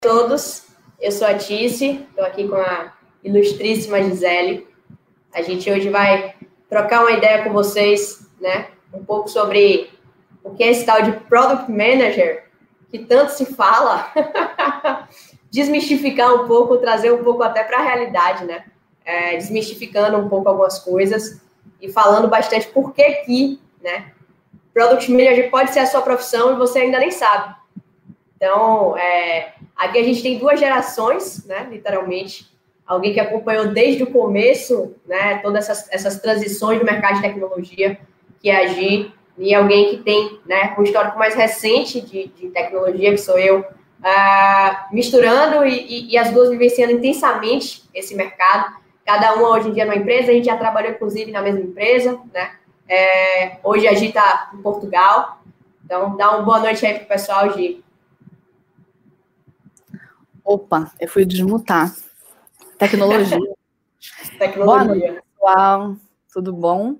Todos, eu sou a Tice, estou aqui com a ilustríssima Gisele. A gente hoje vai trocar uma ideia com vocês, né? Um pouco sobre o que é esse tal de Product Manager, que tanto se fala, desmistificar um pouco, trazer um pouco até para a realidade, né? Desmistificando um pouco algumas coisas e falando bastante por que, né? Product Manager pode ser a sua profissão e você ainda nem sabe. Então, aqui a gente tem duas gerações, né, literalmente. Alguém que acompanhou desde o começo, né, todas essas transições do mercado de tecnologia, que é a Gi, e alguém que tem, né, um histórico mais recente de tecnologia, que sou eu, misturando e as duas vivenciando intensamente esse mercado. Cada uma hoje em dia numa empresa, a gente já trabalhou, inclusive, na mesma empresa, né? Hoje a Gi está em Portugal. Então, dá uma boa noite aí para o pessoal, Gi. Opa, eu fui desmutar. Tecnologia. Boa noite, pessoal. Tudo bom?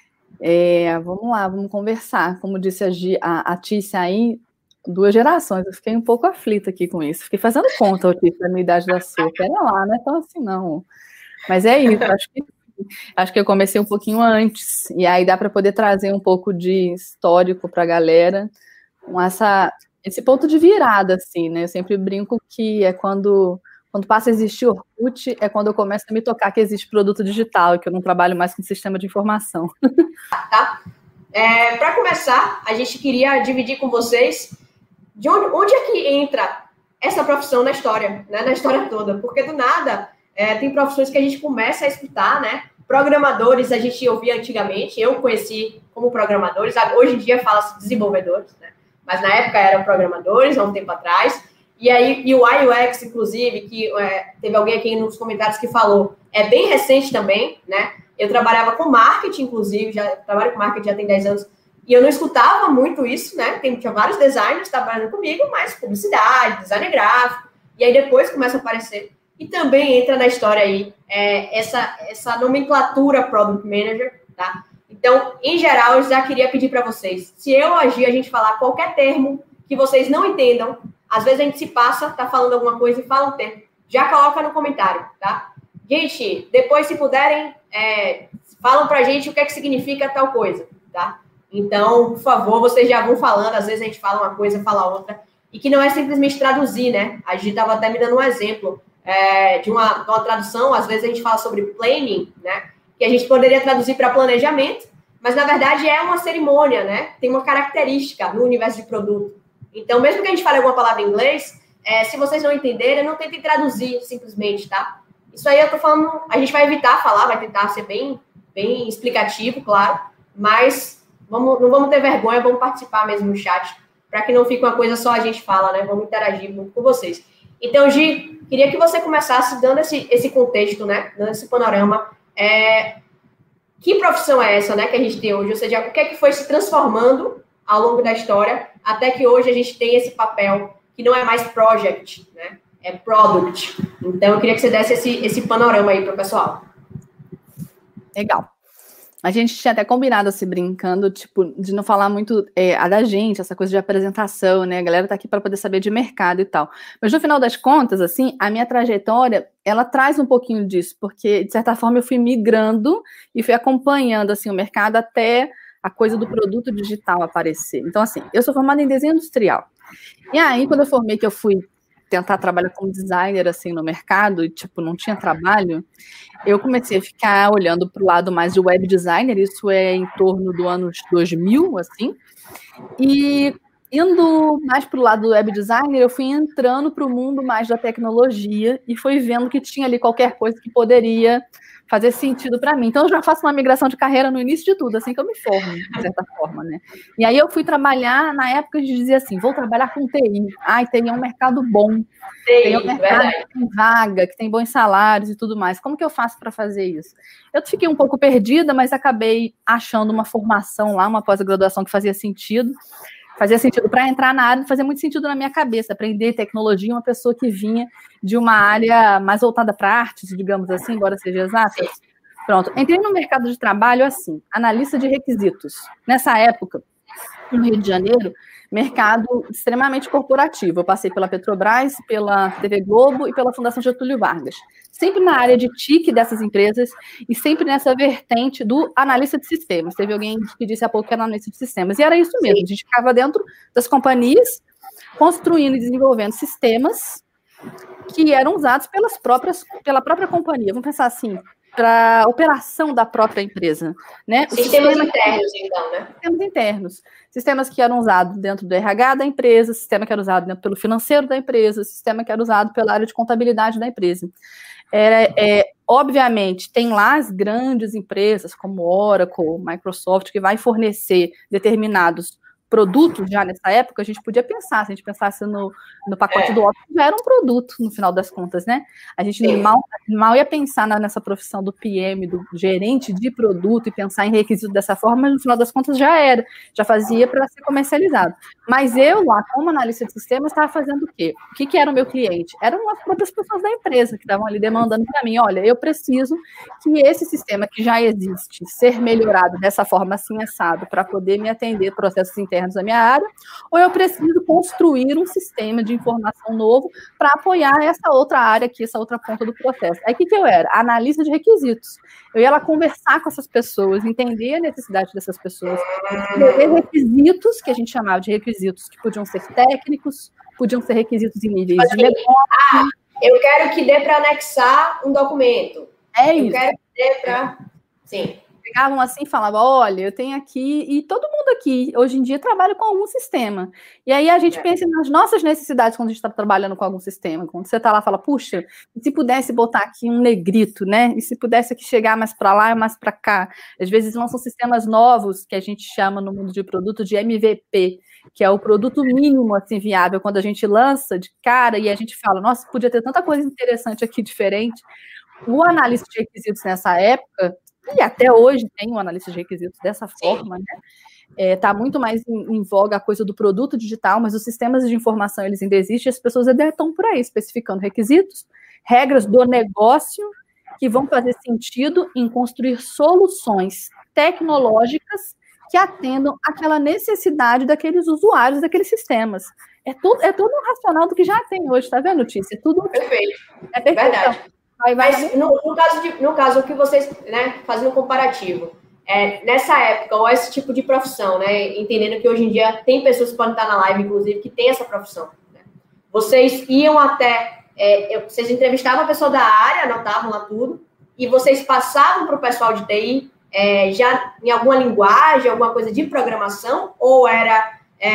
Vamos lá, vamos conversar. Como disse a Tícia aí, duas gerações. Eu fiquei um pouco aflita aqui com isso. Fiquei fazendo conta, Tícia, da minha idade da sua. Pera lá, não é tão assim, não. Mas é isso, acho que eu comecei um pouquinho antes. E aí dá para poder trazer um pouco de histórico para a galera com esse ponto de virada, assim, né? Eu sempre brinco que é quando passa a existir Orkut, é quando eu começo a me tocar que existe produto digital e que eu não trabalho mais com sistema de informação. Tá? Para começar, a gente queria dividir com vocês de onde é que entra essa profissão na história, né? Na história toda. Porque do nada, tem profissões que a gente começa a escutar, né? Programadores a gente ouvia antigamente, eu conheci como programadores, hoje em dia fala-se desenvolvedores, né? Mas na época eram programadores, há um tempo atrás. E aí, e o UI UX, inclusive, que teve alguém aqui nos comentários que falou, é bem recente também, né? Eu trabalhava com marketing, inclusive, já trabalho com marketing já tem 10 anos, e eu não escutava muito isso, né? Tinha vários designers trabalhando comigo, mas publicidade, design gráfico, e aí depois começa a aparecer. E também entra na história aí essa nomenclatura Product Manager, tá? Então, em geral, eu já queria pedir para vocês, se eu agir, a gente falar qualquer termo que vocês não entendam, às vezes a gente se passa, tá falando alguma coisa e fala um termo, já coloca no comentário, tá? Gente, depois, se puderem, falam pra gente o que é que significa tal coisa, tá? Então, por favor, vocês já vão falando, às vezes a gente fala uma coisa, fala outra, e que não é simplesmente traduzir, né? A gente estava até me dando um exemplo de uma tradução, às vezes a gente fala sobre planning, né? Que a gente poderia traduzir para planejamento, mas, na verdade, é uma cerimônia, né? Tem uma característica no universo de produto. Então, mesmo que a gente fale alguma palavra em inglês, se vocês não entenderem, não tentem traduzir simplesmente, tá? Isso aí eu tô falando, a gente vai evitar falar, vai tentar ser bem explicativo, claro, mas não vamos ter vergonha, vamos participar mesmo no chat, para que não fique uma coisa só a gente fala, né? Vamos interagir muito com vocês. Então, Gi, queria que você começasse dando esse contexto, né? Dando esse panorama. Que profissão é essa, né, que a gente tem hoje? Ou seja, o que é que foi se transformando ao longo da história até que hoje a gente tem esse papel que não é mais project, né? É product. Então, eu queria que você desse esse panorama aí para o pessoal. Legal. A gente tinha até combinado, assim, brincando, tipo, de não falar muito a da gente, essa coisa de apresentação, né? A galera tá aqui para poder saber de mercado e tal. Mas, no final das contas, assim, a minha trajetória, ela traz um pouquinho disso, porque, de certa forma, eu fui migrando e fui acompanhando, assim, o mercado até a coisa do produto digital aparecer. Então, assim, eu sou formada em desenho industrial. E aí, quando eu formei, que eu fui tentar trabalhar como designer, assim, no mercado, e, tipo, não tinha trabalho, eu comecei a ficar olhando para o lado mais de web designer, isso é em torno do ano 2000, assim, e indo mais para o lado do web designer, eu fui entrando para o mundo mais da tecnologia e fui vendo que tinha ali qualquer coisa que poderia fazer sentido para mim. Então, eu já faço uma migração de carreira no início de tudo, assim que eu me formo, de certa forma, né? E aí eu fui trabalhar, na época a gente dizia assim, vou trabalhar com TI. Ai, TI é um mercado bom. Tem um mercado que tem vaga, que tem bons salários e tudo mais. Como que eu faço para fazer isso? Eu fiquei um pouco perdida, mas acabei achando uma formação lá, uma pós-graduação que fazia sentido para entrar na área, fazia muito sentido na minha cabeça, aprender tecnologia, uma pessoa que vinha de uma área mais voltada para artes, digamos assim, embora seja exata. Pronto, entrei no mercado de trabalho assim, analista de requisitos. Nessa época, no Rio de Janeiro, mercado extremamente corporativo. Eu passei pela Petrobras, pela TV Globo e pela Fundação Getúlio Vargas. Sempre na área de TIC dessas empresas e sempre nessa vertente do analista de sistemas. Teve alguém que disse há pouco que era analista de sistemas. E era isso mesmo. A gente ficava dentro das companhias, construindo e desenvolvendo sistemas que eram usados pela própria companhia. Vamos pensar assim, para a operação da própria empresa, né? Sistemas internos, então, né? Sistemas internos. Sistemas que eram usados dentro do RH da empresa, sistema que era usado dentro pelo financeiro da empresa, sistema que era usado pela área de contabilidade da empresa. Obviamente, tem lá as grandes empresas como Oracle, Microsoft, que vai fornecer determinados produtos já nessa época. A gente podia pensar, se a gente pensasse no pacote do Office, já era um produto, no final das contas, né? A gente mal ia pensar nessa profissão do PM, do gerente de produto, e pensar em requisitos dessa forma, mas no final das contas já fazia para ser comercializado. Mas eu, lá, como analista de sistemas, estava fazendo o quê? O que era o meu cliente? Eram as próprias pessoas da empresa que estavam ali demandando para mim, olha, eu preciso que esse sistema que já existe, ser melhorado dessa forma assim, assado, para poder me atender processos internos da minha área, ou eu preciso construir um sistema de informação novo para apoiar essa outra área aqui, essa outra ponta do processo. Aí o que eu era? Analista de requisitos. Eu ia lá conversar com essas pessoas, entender a necessidade dessas pessoas, escrever requisitos, que a gente chamava de requisitos, que podiam ser técnicos, podiam ser requisitos em níveis de negócio. Eu quero que dê para anexar um documento. Eu quero que dê para... Sim. Pegavam assim e falavam, olha, eu tenho aqui, e todo mundo aqui, hoje em dia, trabalha com algum sistema. E aí a gente pensa nas nossas necessidades quando a gente está trabalhando com algum sistema. Quando você está lá e fala, puxa, e se pudesse botar aqui um negrito, né? E se pudesse aqui chegar mais para lá e mais para cá? Às vezes lançam sistemas novos, que a gente chama no mundo de produto de MVP, que é o produto mínimo, assim, viável, quando a gente lança de cara e a gente fala, nossa, podia ter tanta coisa interessante aqui, diferente. O analista de requisitos nessa época, e até hoje tem um analista de requisitos dessa forma, né? Tá muito mais em voga a coisa do produto digital, mas os sistemas de informação, eles ainda existem, e as pessoas ainda estão por aí, especificando requisitos, regras do negócio que vão fazer sentido em construir soluções tecnológicas que atendam aquela necessidade daqueles usuários daqueles sistemas. É todo um racional do que já tem hoje, tá vendo, Tícia? Tudo perfeito. É perfeito. Verdade. Mas no caso que vocês, né, fazendo um comparativo, nessa época, ou esse tipo de profissão, né, entendendo que hoje em dia tem pessoas que podem estar na live, inclusive, que tem essa profissão, né? Vocês iam até, vocês entrevistavam a pessoa da área, anotavam lá tudo, e vocês passavam para o pessoal de TI já em alguma linguagem, alguma coisa de programação, ou era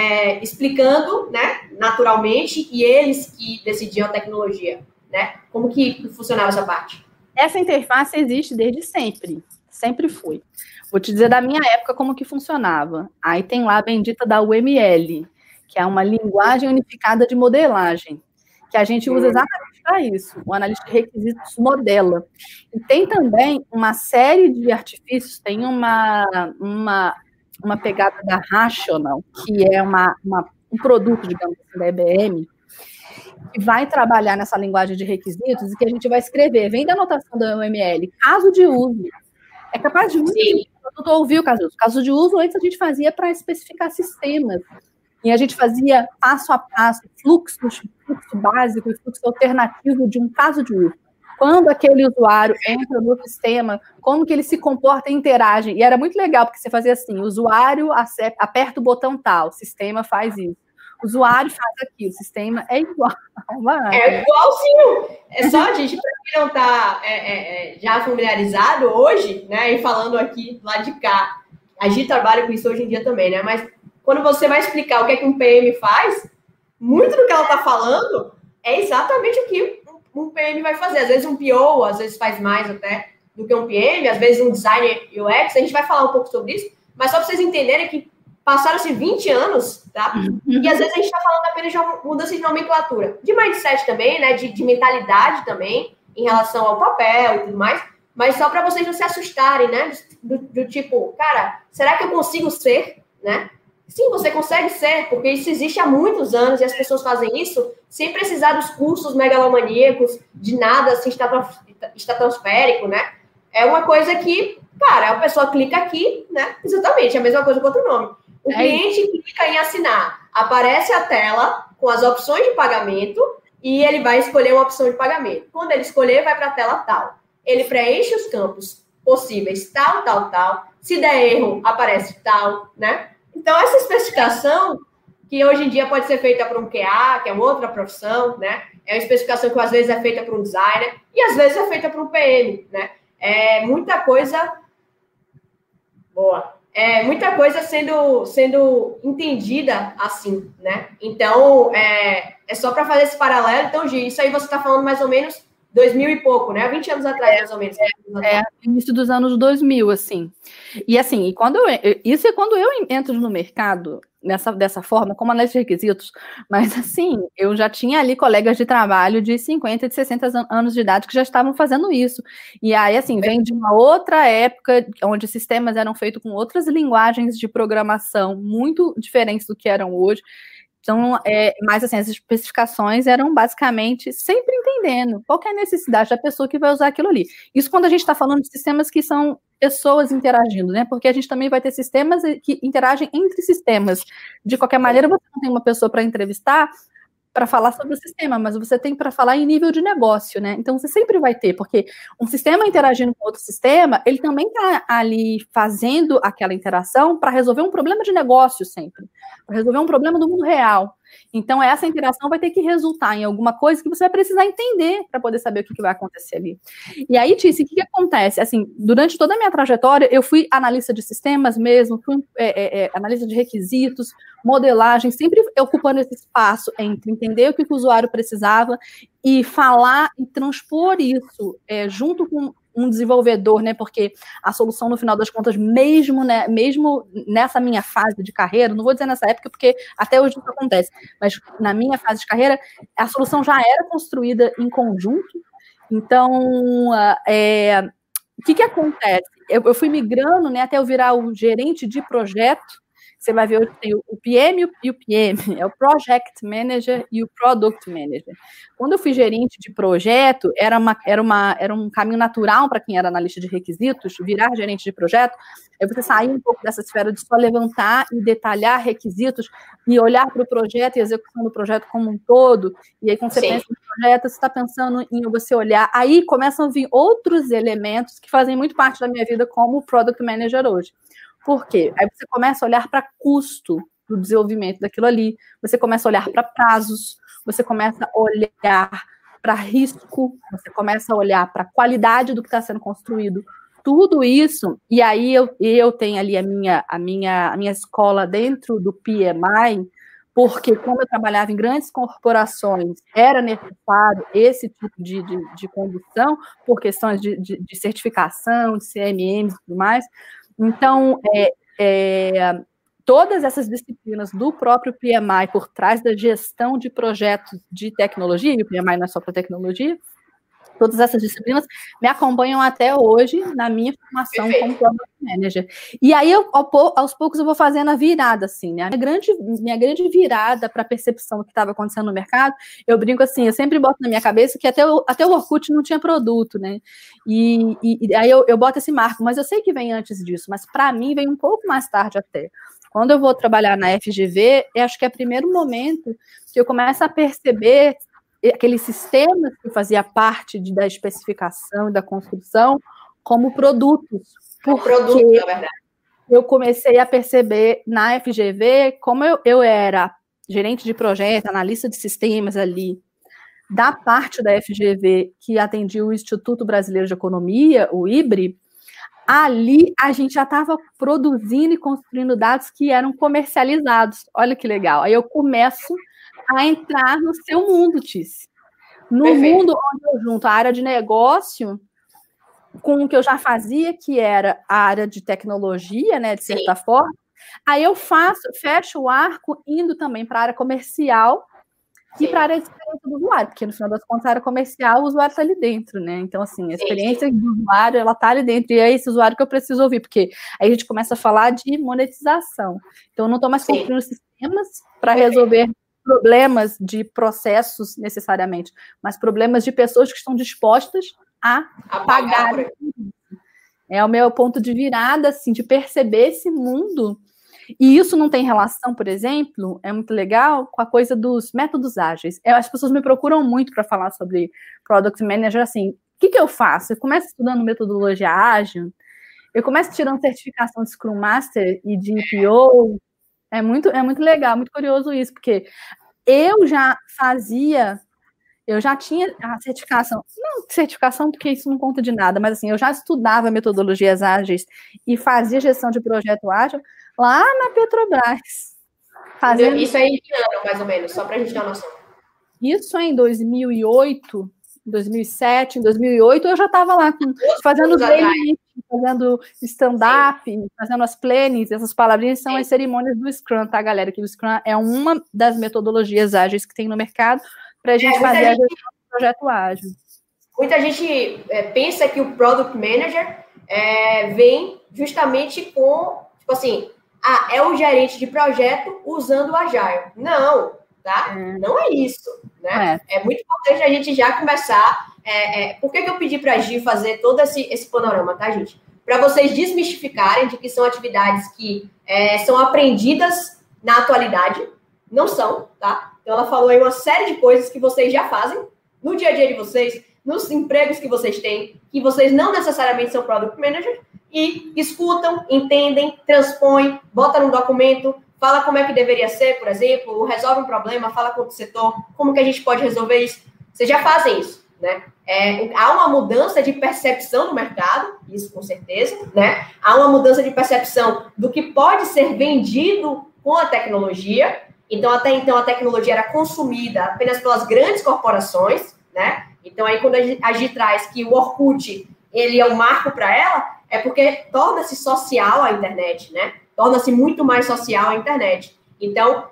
explicando, né, naturalmente, e eles que decidiam a tecnologia? Né? Como que funcionava essa parte? Essa interface existe desde sempre. Sempre foi. Vou te dizer da minha época como que funcionava. Aí tem lá a bendita da UML, que é uma linguagem unificada de modelagem, que a gente usa exatamente para isso. O analista de requisitos modela. E tem também uma série de artifícios, tem uma pegada da Rational, que é um produto, digamos assim, da IBM, que vai trabalhar nessa linguagem de requisitos e que a gente vai escrever, vem da anotação da UML, caso de uso. É capaz de ouvir o caso de uso. Caso de uso, antes a gente fazia para especificar sistemas. E a gente fazia passo a passo, fluxo básico e fluxo alternativo de um caso de uso. Quando aquele usuário entra no sistema, como que ele se comporta e interage. E era muito legal, porque você fazia assim, o usuário aperta o botão tal, o sistema faz isso. O usuário faz aquilo, o sistema é igual. É igualzinho. É só, gente, para quem não está já familiarizado hoje, né, e falando aqui lá de cá, a gente trabalha com isso hoje em dia também, né, mas quando você vai explicar o que é que um PM faz, muito do que ela está falando é exatamente o que um PM vai fazer. Às vezes um PO, às vezes faz mais até do que um PM, às vezes um designer UX, a gente vai falar um pouco sobre isso, mas só para vocês entenderem que passaram-se 20 anos, tá? E às vezes a gente está falando apenas de uma mudança de nomenclatura. De mindset também, né? De mentalidade também, em relação ao papel e tudo mais. Mas só para vocês não se assustarem, né? Do tipo, cara, será que eu consigo ser, né? Sim, você consegue ser, porque isso existe há muitos anos e as pessoas fazem isso sem precisar dos cursos megalomaníacos, de nada assim, estratosférico, né? É uma coisa que, cara, a pessoa clica aqui, né? Exatamente, é a mesma coisa com outro nome. O cliente clica em assinar. aparece a tela com as opções de pagamento e ele vai escolher uma opção de pagamento. Quando ele escolher, vai para a tela tal. Ele preenche os campos possíveis tal, tal, tal. Se der erro, aparece tal, né? Então, essa especificação, que hoje em dia pode ser feita por um QA, que é outra profissão, né? É uma especificação que às vezes é feita por um designer e às vezes é feita por um PM, né? É muita coisa boa. É muita coisa sendo entendida assim, né? Então, é só para fazer esse paralelo. Então, Gi, isso aí você está falando mais ou menos 2000 e pouco, né? 20 anos atrás, mais ou menos. Início dos anos 2000, assim. E assim, isso é quando eu entro no mercado dessa forma, como analista de requisitos, mas assim, eu já tinha ali colegas de trabalho de 50, de 60 anos de idade que já estavam fazendo isso. E aí, assim, vem de uma outra época, onde sistemas eram feitos com outras linguagens de programação muito diferentes do que eram hoje. Então, mas assim, as especificações eram basicamente sempre entendendo qual que é a necessidade da pessoa que vai usar aquilo ali. Isso quando a gente está falando de sistemas que são pessoas interagindo, né? Porque a gente também vai ter sistemas que interagem entre sistemas. De qualquer maneira, você não tem uma pessoa para entrevistar para falar sobre o sistema, mas você tem para falar em nível de negócio, né? Então, você sempre vai ter, porque um sistema interagindo com outro sistema, ele também está ali fazendo aquela interação para resolver um problema de negócio sempre, para resolver um problema do mundo real. Então, essa interação vai ter que resultar em alguma coisa que você vai precisar entender para poder saber o que vai acontecer ali. E aí, Tícia, o que acontece? Assim, durante toda a minha trajetória, eu fui analista de sistemas mesmo, fui analista de requisitos, modelagem, sempre ocupando esse espaço entre entender o que o usuário precisava e falar e transpor isso junto com um desenvolvedor, né? Porque a solução, no final das contas, mesmo nessa minha fase de carreira, não vou dizer nessa época, porque até hoje isso acontece, mas na minha fase de carreira, a solução já era construída em conjunto. Então, o que acontece? Eu fui migrando, né, até eu virar o gerente de projeto. Você vai ver hoje tem o PM e o PM, é o Project Manager e o Product Manager. Quando eu fui gerente de projeto, era um caminho natural para quem era analista de requisitos, virar gerente de projeto, é você sair um pouco dessa esfera de só levantar e detalhar requisitos e olhar para o projeto e a execução do projeto como um todo, e aí quando você pensa no projeto, você está pensando em você olhar, aí começam a vir outros elementos que fazem muito parte da minha vida como Product Manager hoje. Por quê? Aí você começa a olhar para custo do desenvolvimento daquilo ali, você começa a olhar para prazos, você começa a olhar para risco, você começa a olhar para a qualidade do que está sendo construído, tudo isso, e aí eu tenho ali a minha escola dentro do PMI, porque como eu trabalhava em grandes corporações, era necessário esse tipo de condução, por questões de certificação, de CMMs e tudo mais. Então, todas essas disciplinas do próprio PMI por trás da gestão de projetos de tecnologia, e o PMI não é só para tecnologia, todas essas disciplinas me acompanham até hoje na minha formação como Product Manager. E aí, aos poucos, eu vou fazendo a virada, assim, né? Minha grande virada para a percepção do que estava acontecendo no mercado, eu brinco assim, eu sempre boto na minha cabeça que até o Orkut não tinha produto, né? E aí eu boto esse marco, mas eu sei que vem antes disso, mas para mim vem um pouco mais tarde até. Quando eu vou trabalhar na FGV, eu acho que é o primeiro momento que eu começo a perceber aqueles sistemas que fazia parte da especificação e da construção como produtos. Porque na verdade. Eu comecei a perceber na FGV, como eu era gerente de projeto, analista de sistemas ali, da parte da FGV que atendia o Instituto Brasileiro de Economia, o IBRE, ali a gente já estava produzindo e construindo dados que eram comercializados. Olha que legal. Aí eu começo a entrar no seu mundo, Tícia. No Perfeito. Mundo onde eu junto a área de negócio com o que eu já fazia, que era a área de tecnologia, né, de certa forma. Aí eu fecho o arco indo também para a área comercial e para a área de experiência do usuário, porque no final das contas a área comercial, o usuário está ali dentro, né? Então, assim, a experiência do usuário, ela está ali dentro, e é esse usuário que eu preciso ouvir, porque aí a gente começa a falar de monetização. Então, eu não estou mais construindo sistemas para resolver problemas de processos necessariamente, mas problemas de pessoas que estão dispostas a pagar. É o meu ponto de virada, assim, de perceber esse mundo E isso não tem relação, por exemplo, é muito legal com a coisa dos métodos ágeis. As pessoas me procuram muito para falar sobre Product Manager, assim, o que eu faço? Eu começo estudando metodologia ágil, eu começo tirando certificação de Scrum Master e de PO. É muito legal, muito curioso isso, porque eu já tinha a certificação, não certificação porque isso não conta de nada, mas assim, eu já estudava metodologias ágeis e fazia gestão de projeto ágil lá na Petrobras. Isso aí em que ano, mais ou menos, só para a gente ter uma noção. Isso em 2008, 2007, em 2008 eu já estava lá fazendo daily, fazendo stand-up, fazendo as plannings, essas palavrinhas são as cerimônias do Scrum, tá, galera? Que o Scrum é uma das metodologias ágeis que tem no mercado para a gente fazer a gestão do projeto ágil. Muita gente pensa que o Product Manager vem justamente com, tipo assim, é o gerente de projeto usando o Agile. Não, tá? Não é isso, né? É muito importante a gente já começar. Por que eu pedi para a Gi fazer todo esse panorama, tá, gente? Para vocês desmistificarem de que são atividades que são aprendidas na atualidade. Não são, tá? Então, ela falou aí uma série de coisas que vocês já fazem no dia a dia de vocês, nos empregos que vocês têm, que vocês não necessariamente são Product Manager, e escutam, entendem, transpõem, bota num documento, fala como é que deveria ser, por exemplo, resolve um problema, fala com o setor, como que a gente pode resolver isso. Vocês já fazem isso, né? Há uma mudança de percepção no mercado, isso com certeza, né? Há uma mudança de percepção do que pode ser vendido com a tecnologia. Então, até então, a tecnologia era consumida apenas pelas grandes corporações, né? Então, aí, quando a Gi traz que o Orkut, ele é um marco para ela, é porque torna-se social a internet, né? Torna-se muito mais social a internet. Então,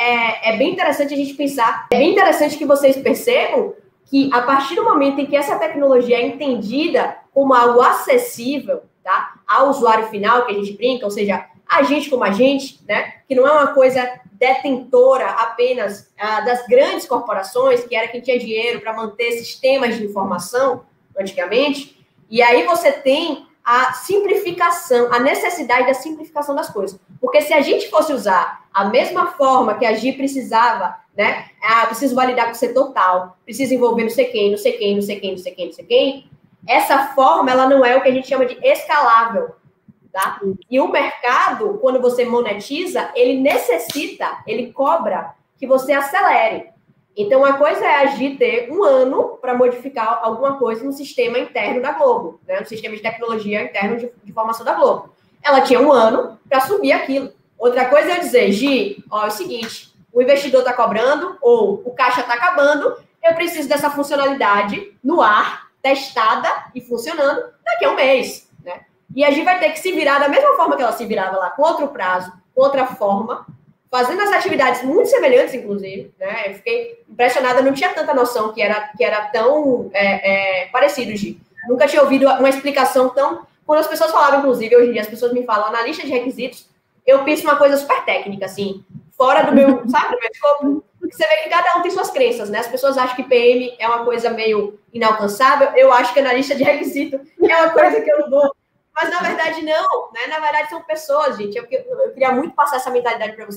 é bem interessante a gente pensar, é bem interessante que vocês percebam que, a partir do momento em que essa tecnologia é entendida como algo acessível, tá? Ao usuário final, que a gente brinca, ou seja, a gente como a gente, né? Que não é uma coisa detentora apenas das grandes corporações, que era quem tinha dinheiro para manter sistemas de informação antigamente, e aí você tem a simplificação, a necessidade da simplificação das coisas. Porque se a gente fosse usar a mesma forma que a Gi precisava, né? Preciso validar com o setor tal, preciso envolver não sei quem, não sei quem, não sei quem, não sei quem, não sei quem, essa forma, ela não é o que a gente chama de escalável. Tá? E o mercado, quando você monetiza, ele necessita, ele cobra que você acelere. Então, uma coisa é a Gi ter um ano para modificar alguma coisa no sistema interno da Globo, né? No sistema de tecnologia interno de informação da Globo. Ela tinha um ano para subir aquilo. Outra coisa é eu dizer, Gi, é o seguinte, o investidor está cobrando ou o caixa está acabando, eu preciso dessa funcionalidade no ar, testada e funcionando daqui a um mês. E a gente vai ter que se virar da mesma forma que ela se virava lá, com outro prazo, com outra forma, fazendo as atividades muito semelhantes, inclusive, né? Eu fiquei impressionada, não tinha tanta noção que era tão parecido, Gi. Nunca tinha ouvido uma explicação tão... Quando as pessoas falavam, inclusive, hoje em dia, as pessoas me falam, na lista de requisitos, eu penso uma coisa super técnica, assim, fora do meu, sabe, do meu escopo. Você vê que cada um tem suas crenças, né? As pessoas acham que PM é uma coisa meio inalcançável, eu acho que na lista de requisitos é uma coisa que eu não dou. Mas, na verdade, não, né? Na verdade, são pessoas, gente. Eu queria muito passar essa mentalidade para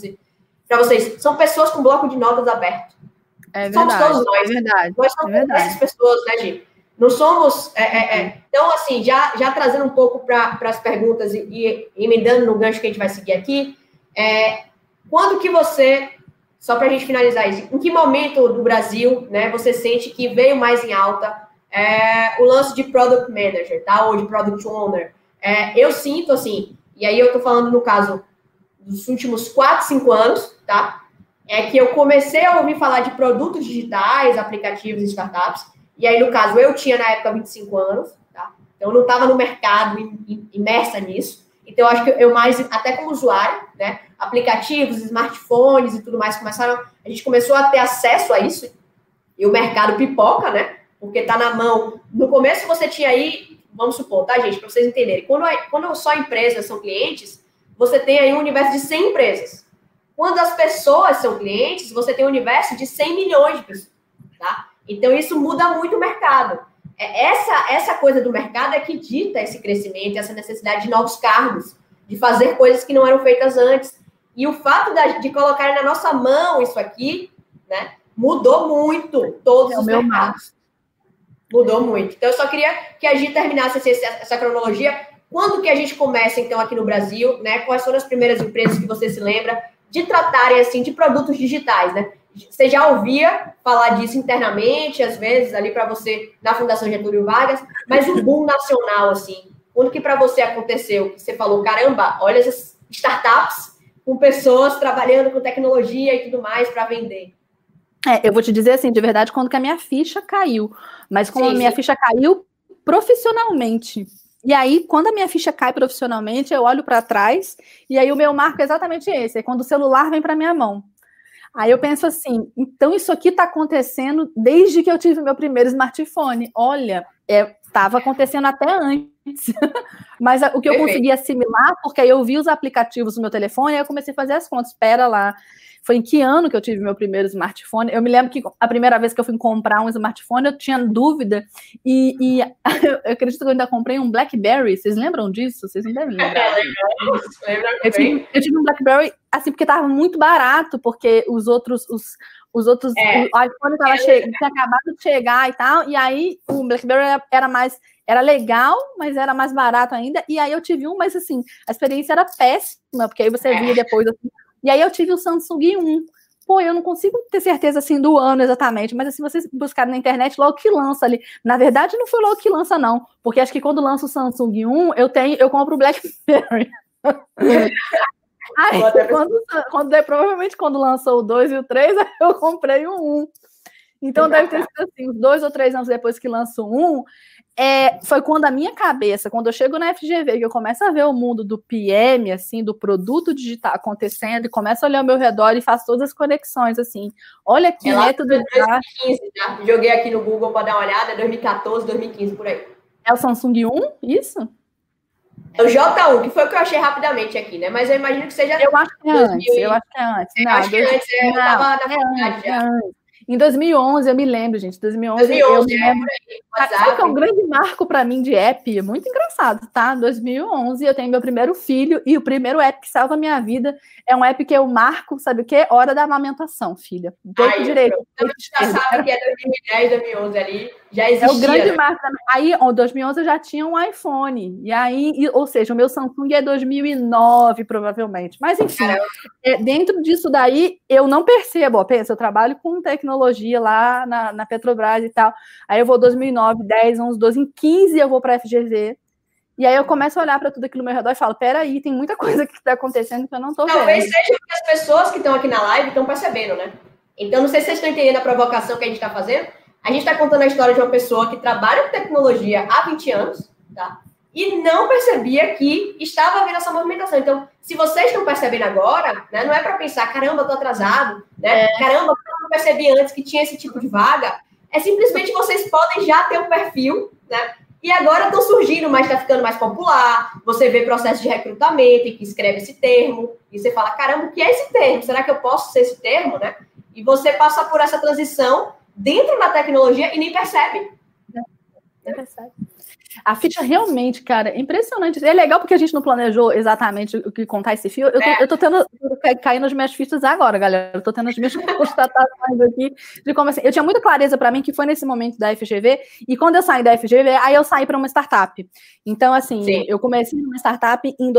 vocês. São pessoas com bloco de notas aberto. É verdade. Somos todos nós. É verdade. Nós somos essas pessoas, né, Gi? Não somos... Então, assim, já trazendo um pouco para as perguntas e emendando no gancho que a gente vai seguir aqui, quando que você... Só para a gente finalizar isso. Em que momento do Brasil, né, você sente que veio mais em alta o lance de Product Manager, tá? Ou de Product Owner? Eu sinto, assim, e aí eu tô falando no caso dos últimos 4, 5 anos, tá? Que eu comecei a ouvir falar de produtos digitais, aplicativos e startups, e aí, no caso, eu tinha, na época, 25 anos, tá? Então, eu não estava no mercado imersa nisso. Então, eu acho que eu mais, até como usuário, né? Aplicativos, smartphones e tudo mais a gente começou a ter acesso a isso, e o mercado pipoca, né? Porque tá na mão. No começo, você tinha aí... Vamos supor, tá, gente? Para vocês entenderem. Quando só empresas são clientes, você tem aí um universo de 100 empresas. Quando as pessoas são clientes, você tem um universo de 100 milhões de pessoas, tá? Então, isso muda muito o mercado. Essa coisa do mercado é que dita esse crescimento, essa necessidade de novos cargos, de fazer coisas que não eram feitas antes. E o fato de colocar na nossa mão isso aqui, né, mudou muito todos os mercados. Mudou muito. Então, eu só queria que a Gi terminasse essa cronologia. Quando que a gente começa, então, aqui no Brasil, né? Quais foram as primeiras empresas que você se lembra de tratarem, assim, de produtos digitais, né? Você já ouvia falar disso internamente, às vezes, ali para você, na Fundação Getúlio Vargas, mas o boom nacional, assim, quando que para você aconteceu? Que você falou, caramba, olha essas startups com pessoas trabalhando com tecnologia e tudo mais para vender. Eu vou te dizer assim, de verdade, quando que a minha ficha caiu. Mas como a minha ficha caiu profissionalmente. E aí, quando a minha ficha cai profissionalmente, eu olho para trás e aí o meu marco é exatamente esse. É quando o celular vem para minha mão. Aí eu penso assim, então isso aqui está acontecendo desde que eu tive meu primeiro smartphone. Olha, estava acontecendo até antes. Mas o que eu consegui assimilar, porque aí eu vi os aplicativos no meu telefone, aí eu comecei a fazer as contas. Espera lá. Foi em que ano que eu tive meu primeiro smartphone? Eu me lembro que a primeira vez que eu fui comprar um smartphone, eu tinha dúvida. E eu acredito que eu ainda comprei um BlackBerry. Vocês lembram disso? Vocês não devem lembrar. Eu tive um BlackBerry, assim, porque estava muito barato, porque o iPhone tinha acabado de chegar e tal, e aí o BlackBerry era legal, mas era mais barato ainda, e aí eu tive um, mas assim, a experiência era péssima, porque aí você via depois, assim, e aí eu tive o Samsung 1. Pô, eu não consigo ter certeza, assim, do ano exatamente, mas assim, vocês buscarem na internet, logo que lança ali. Na verdade, não foi logo que lança, não, porque acho que quando lança o Samsung 1, eu compro o BlackBerry. Aí, provavelmente quando lançou o 2 e o 3, eu comprei o 1. Então, deve ter sido assim, uns 2 ou 3 anos depois que lançou o 1, foi quando a minha cabeça, quando eu chego na FGV, que eu começo a ver o mundo do PM, assim, do produto digital acontecendo, e começo a olhar ao meu redor e faço todas as conexões, assim, olha que método... 2015, tá? Joguei aqui no Google para dar uma olhada, 2014, 2015, por aí. É o Samsung 1, isso? É o J1, que foi o que eu achei rapidamente aqui, né? Mas eu imagino que seja... Eu acho que é antes, eu acho que é antes. Não, acho que é antes, eu estava na faculdade já. Em 2011, eu me lembro, gente. 2011 eu me lembro. Sabe que é um grande marco para mim de app? Muito engraçado, tá? 2011, eu tenho meu primeiro filho e o primeiro app que salva a minha vida é um app que eu marco, sabe o quê? Hora da amamentação, filha. Peito direito. Então, você já sabe que é 2010, 2011 ali, já existia. É o grande marco. Aí, em 2011, eu já tinha um iPhone. E aí, ou seja, o meu Samsung é 2009, provavelmente. Mas, enfim, dentro disso daí, eu não percebo. Ó, pensa, eu trabalho com tecnologia lá na Petrobras e tal. Aí eu vou 2009, 10, 11, 12, em 15 eu vou para a FGV. E aí eu começo a olhar para tudo aquilo no meu redor e falo, peraí, tem muita coisa que está acontecendo que eu não estou vendo. Talvez seja que as pessoas que estão aqui na live estão percebendo, né? Então, não sei se vocês estão entendendo a provocação que a gente está fazendo. A gente está contando a história de uma pessoa que trabalha com tecnologia há 20 anos, tá? E não percebia que estava havendo essa movimentação. Então, se vocês estão percebendo agora, né, não é para pensar, caramba, eu tô atrasado, né? Caramba, eu não percebi antes que tinha esse tipo de vaga. É simplesmente vocês podem já ter um perfil, né? E agora estão surgindo, mas está ficando mais popular. Você vê processo de recrutamento e que escreve esse termo. E você fala, caramba, o que é esse termo? Será que eu posso ser esse termo, né? E você passa por essa transição dentro da tecnologia e nem percebe. Nem percebe. A ficha realmente, cara, é impressionante. É legal porque a gente não planejou exatamente o que contar esse fio. Eu tô tendo caindo as minhas fichas agora, galera. Eu tô tendo as minhas constatações aqui de como assim. Eu tinha muita clareza para mim que foi nesse momento da FGV, e quando eu saí da FGV, aí eu saí para uma startup. Então, assim, eu comecei numa startup em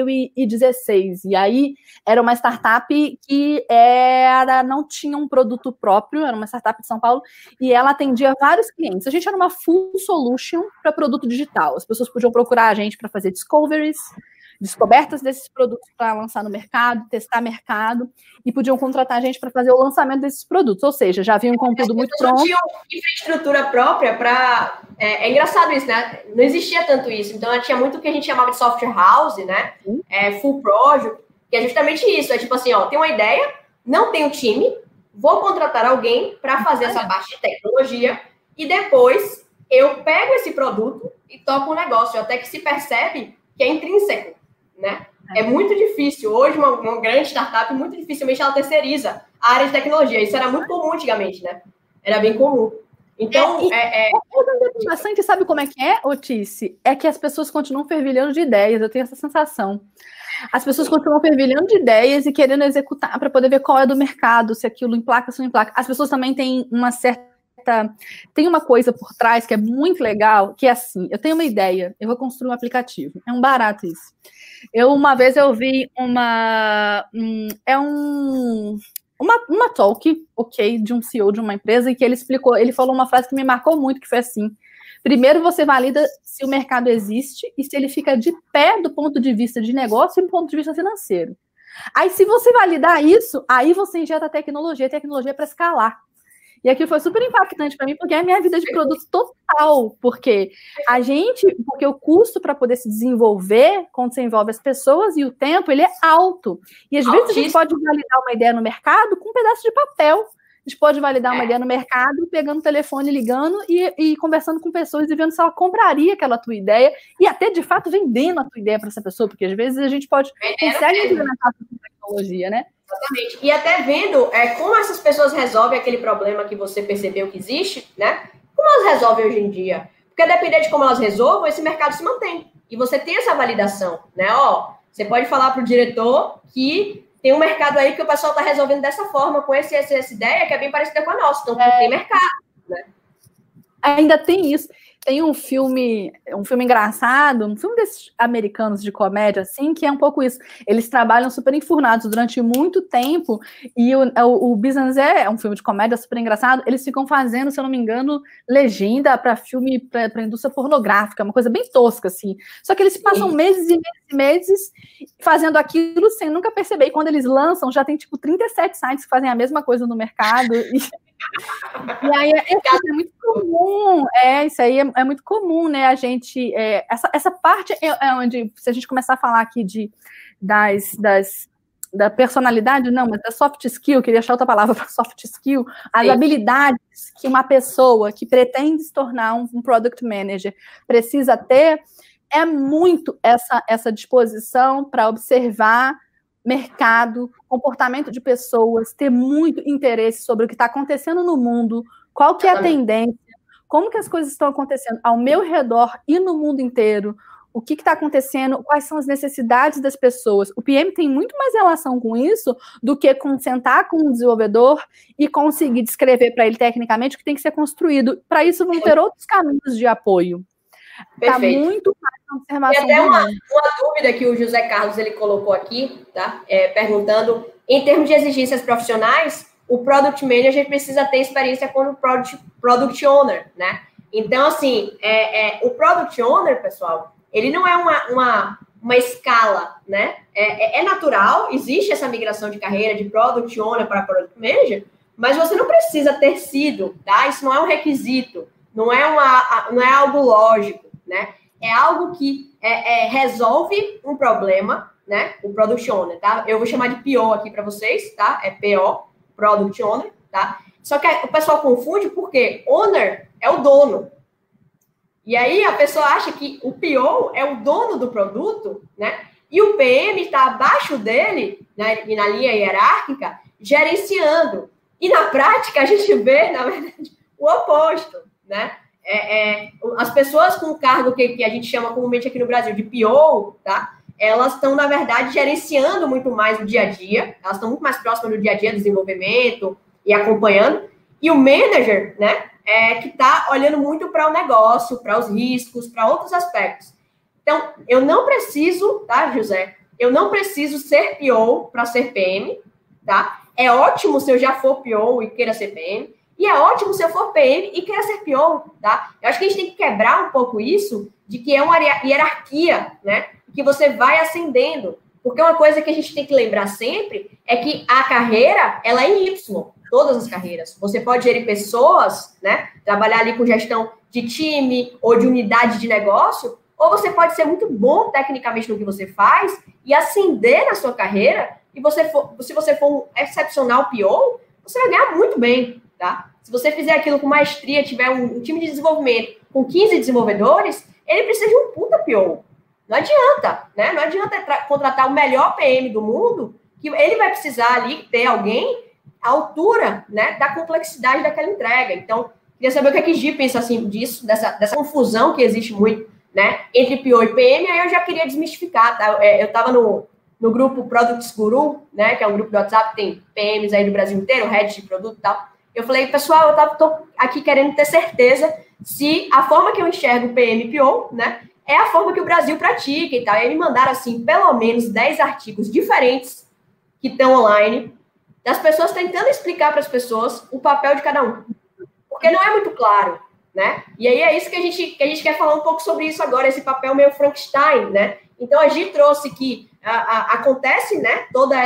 2016. E aí era uma startup que não tinha um produto próprio, era uma startup de São Paulo, e ela atendia vários clientes. A gente era uma full solution para produto digital. As pessoas podiam procurar a gente para fazer descobertas desses produtos para lançar no mercado, testar mercado, e podiam contratar a gente para fazer o lançamento desses produtos. Ou seja, já vinham com tudo muito pronto. Não tinham infraestrutura própria para... É engraçado isso, né? Não existia tanto isso. Então, tinha muito o que a gente chamava de software house, né? Full project, que é justamente isso. É tipo assim, ó, tem uma ideia, não tem um time, vou contratar alguém para fazer essa parte de tecnologia, e depois eu pego esse produto e toco um negócio, até que se percebe que é intrínseco, né? É muito difícil. Hoje, uma grande startup, muito dificilmente ela terceiriza a área de tecnologia. Isso era muito comum antigamente, né? Era bem comum. Então, bastante, sabe como é que é, Otice? É que as pessoas continuam fervilhando de ideias, eu tenho essa sensação. As pessoas continuam fervilhando de ideias e querendo executar para poder ver qual é do mercado, se aquilo emplaca, se não emplaca. As pessoas também têm uma certa... Tem uma coisa por trás que é muito legal, que é assim, eu tenho uma ideia, eu vou construir um aplicativo. É um barato isso. Uma vez eu vi uma talk, ok, de um CEO de uma empresa, e que ele falou uma frase que me marcou muito, que foi assim: primeiro você valida se o mercado existe e se ele fica de pé do ponto de vista de negócio e do ponto de vista financeiro. Aí, se você validar isso, aí você injeta tecnologia para escalar. E aquilo foi super impactante para mim, porque é a minha vida de produto total, porque o custo para poder se desenvolver, quando você envolve as pessoas e o tempo, ele é alto. E às vezes a gente pode validar uma ideia no mercado com um pedaço de papel. A gente pode validar uma ideia no mercado, pegando o telefone, ligando e conversando com pessoas e vendo se ela compraria aquela tua ideia e até, de fato, vendendo a tua ideia para essa pessoa, porque às vezes a gente consegue implementar a tecnologia, né? Exatamente. E até vendo como essas pessoas resolvem aquele problema que você percebeu que existe, né? Como elas resolvem hoje em dia? Porque dependendo de como elas resolvam, esse mercado se mantém. E você tem essa validação, né? Você pode falar para o diretor que tem um mercado aí que o pessoal está resolvendo dessa forma, com essa ideia que é bem parecida com a nossa. Então, tem mercado, né? Ainda tem isso. Tem um filme engraçado, um filme desses americanos de comédia, assim, que é um pouco isso. Eles trabalham super enfurnados durante muito tempo, e o Business é um filme de comédia super engraçado. Eles ficam fazendo, se eu não me engano, legenda para filme, para indústria pornográfica, uma coisa bem tosca, assim. Só que eles passam meses e meses e meses fazendo aquilo sem nunca perceber. E quando eles lançam, já tem, 37 sites que fazem a mesma coisa no mercado. E aí é muito comum, isso aí é muito comum, né? A gente, essa parte é onde, se a gente começar a falar aqui da personalidade, não, mas da soft skill, queria achar outra palavra para soft skill, as habilidades que uma pessoa que pretende se tornar um product manager precisa ter, é muito essa disposição para observar mercado, comportamento de pessoas, ter muito interesse sobre o que está acontecendo no mundo, qual que é a tendência, como que as coisas estão acontecendo ao meu redor e no mundo inteiro, o que está acontecendo, quais são as necessidades das pessoas. O PM tem muito mais relação com isso do que com sentar com um desenvolvedor e conseguir descrever para ele tecnicamente o que tem que ser construído. Para isso vão ter outros caminhos de apoio. Está muito mais na observação. Tem até uma dúvida que o José Carlos ele colocou aqui, tá? Perguntando, em termos de exigências profissionais, o Product Manager precisa ter experiência como Product Owner, né? Então, assim, o Product Owner, pessoal, ele não é uma escala, né? É natural, existe essa migração de carreira de Product Owner para Product Manager, mas você não precisa ter sido, tá? Isso não é um requisito, não é algo lógico, né? É algo que resolve um problema, né? O Product Owner, tá? Eu vou chamar de PO aqui para vocês, tá? É PO, Product Owner, tá? Só que o pessoal confunde porque Owner é o dono. E aí a pessoa acha que o PO é o dono do produto, né? E o PM está abaixo dele, né? E na linha hierárquica, gerenciando. E na prática a gente vê, na verdade, o oposto, né? As pessoas com o cargo que a gente chama comumente aqui no Brasil de PO, tá? Elas estão, na verdade, gerenciando muito mais o dia a dia, elas estão muito mais próximas do dia a dia do desenvolvimento e acompanhando. E o manager, né, que está olhando muito para o negócio, para os riscos, para outros aspectos. Então, eu não preciso, tá, José? Eu não preciso ser PO para ser PM, tá? É ótimo se eu já for PO e queira ser PM. E é ótimo se eu for PM e queira ser PO, tá? Eu acho que a gente tem que quebrar um pouco isso de que é uma hierarquia, né? Que você vai ascendendo. Porque uma coisa que a gente tem que lembrar sempre é que a carreira, ela é em Y, todas as carreiras. Você pode gerir pessoas, né? Trabalhar ali com gestão de time ou de unidade de negócio, ou você pode ser muito bom tecnicamente no que você faz e ascender na sua carreira, e se você for um excepcional PO, você vai ganhar muito bem, tá? Se você fizer aquilo com maestria, tiver um time de desenvolvimento com 15 desenvolvedores, ele precisa de um puta PO. Não adianta, né? Não adianta contratar o melhor PM do mundo, que ele vai precisar ali ter alguém à altura, né, da complexidade daquela entrega. Então, Queria saber o que é que Gi pensa assim, disso, dessa confusão que existe muito, né, entre PO e PM. Aí eu já queria desmistificar, tá? Eu estava no grupo Products Guru, né, que é um grupo do WhatsApp, tem PMs aí do Brasil inteiro, head de produto e tal. Eu falei, pessoal, eu tô aqui querendo ter certeza se a forma que eu enxergo PM e PO, né, é a forma que o Brasil pratica e tal. E aí me mandaram, assim, pelo menos 10 artigos diferentes que estão online, das pessoas tentando explicar para as pessoas o papel de cada um. Porque não é muito claro, né? E aí é isso que a gente quer falar um pouco sobre isso agora, esse papel meio Frankenstein, né? Então, a Gi trouxe que acontece, né, toda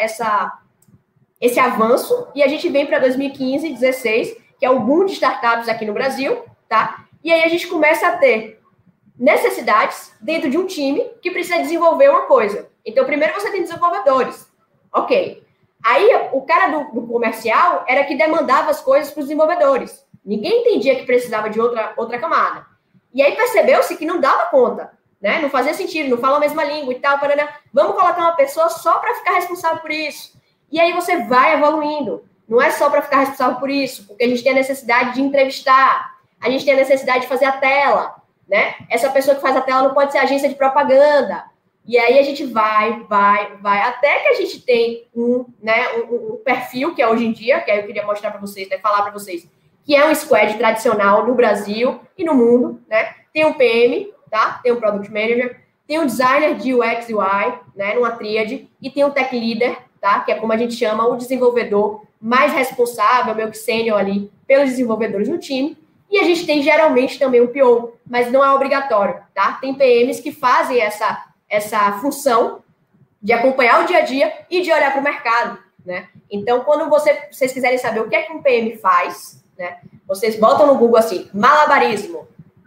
esse avanço, e a gente vem para 2015, 2016, que é o boom de startups aqui no Brasil, tá? E aí a gente começa a ter necessidades dentro de um time que precisa desenvolver uma coisa. Então, primeiro você tem desenvolvedores. Ok. Aí, o cara do comercial era que demandava as coisas para os desenvolvedores. Ninguém entendia que precisava de outra camada. E aí percebeu-se que não dava conta, né? Não fazia sentido, não fala a mesma língua e tal. Paraná. Vamos colocar uma pessoa só para ficar responsável por isso. E aí você vai evoluindo. Não é só para ficar responsável por isso, porque a gente tem a necessidade de entrevistar, a gente tem a necessidade de fazer a tela, né? Essa pessoa que faz a tela não pode ser agência de propaganda. E aí a gente vai, até que a gente tem um perfil, que é hoje em dia, que aí eu queria mostrar para vocês, né, falar para vocês, que é um squad tradicional no Brasil e no mundo, né? Tem um PM, tá? Tem um Product Manager, tem um designer de UX e UI, né, numa tríade, e tem um Tech Leader, tá? Que é como a gente chama o desenvolvedor mais responsável, meio que sênior ali, pelos desenvolvedores no time. E a gente tem geralmente também um PO, mas não é obrigatório, tá? Tem PMs que fazem essa função de acompanhar o dia a dia e de olhar para o mercado, né? Então, quando vocês quiserem saber o que é que um PM faz, né? Vocês botam no Google assim, malabarismo.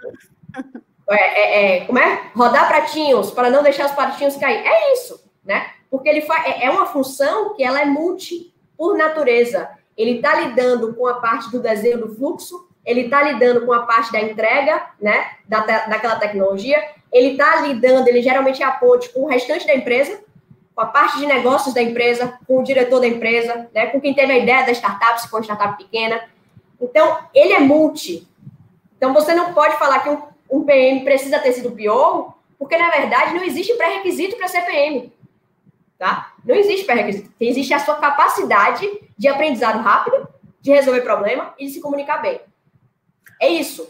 Como é? Rodar pratinhos para não deixar os pratinhos cair. É isso, né? Porque ele é uma função que ela é multi por natureza. Ele está lidando com a parte do desenho do fluxo, ele está lidando com a parte da entrega, né, daquela tecnologia, ele está lidando, ele geralmente é a ponte com o restante da empresa, com a parte de negócios da empresa, com o diretor da empresa, né, com quem teve a ideia da startup, se for uma startup pequena. Então, ele é multi. Então, você não pode falar que um PM precisa ter sido PO, porque, na verdade, não existe pré-requisito para ser PM. Tá? Não existe pré-requisito. Existe a sua capacidade de aprendizado rápido, de resolver problema e de se comunicar bem. É isso.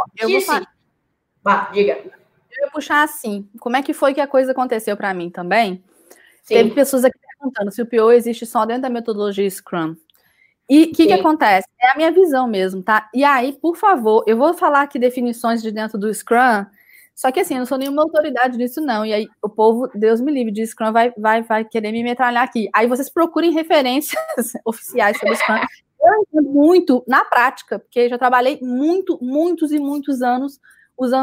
Diga. Eu ia puxar assim. Como é que foi que a coisa aconteceu para mim também? Sim. Teve pessoas aqui perguntando se o PO existe só dentro da metodologia Scrum. E o que acontece? É a minha visão mesmo, tá? E aí, por favor, eu vou falar aqui definições de dentro do Scrum, só que assim, eu não sou nenhuma autoridade nisso, não. E aí, o povo, Deus me livre, de Scrum vai querer me metralhar aqui. Aí vocês procurem referências oficiais sobre o Scrum. Eu entendo muito na prática, porque já trabalhei muitos e muitos anos usando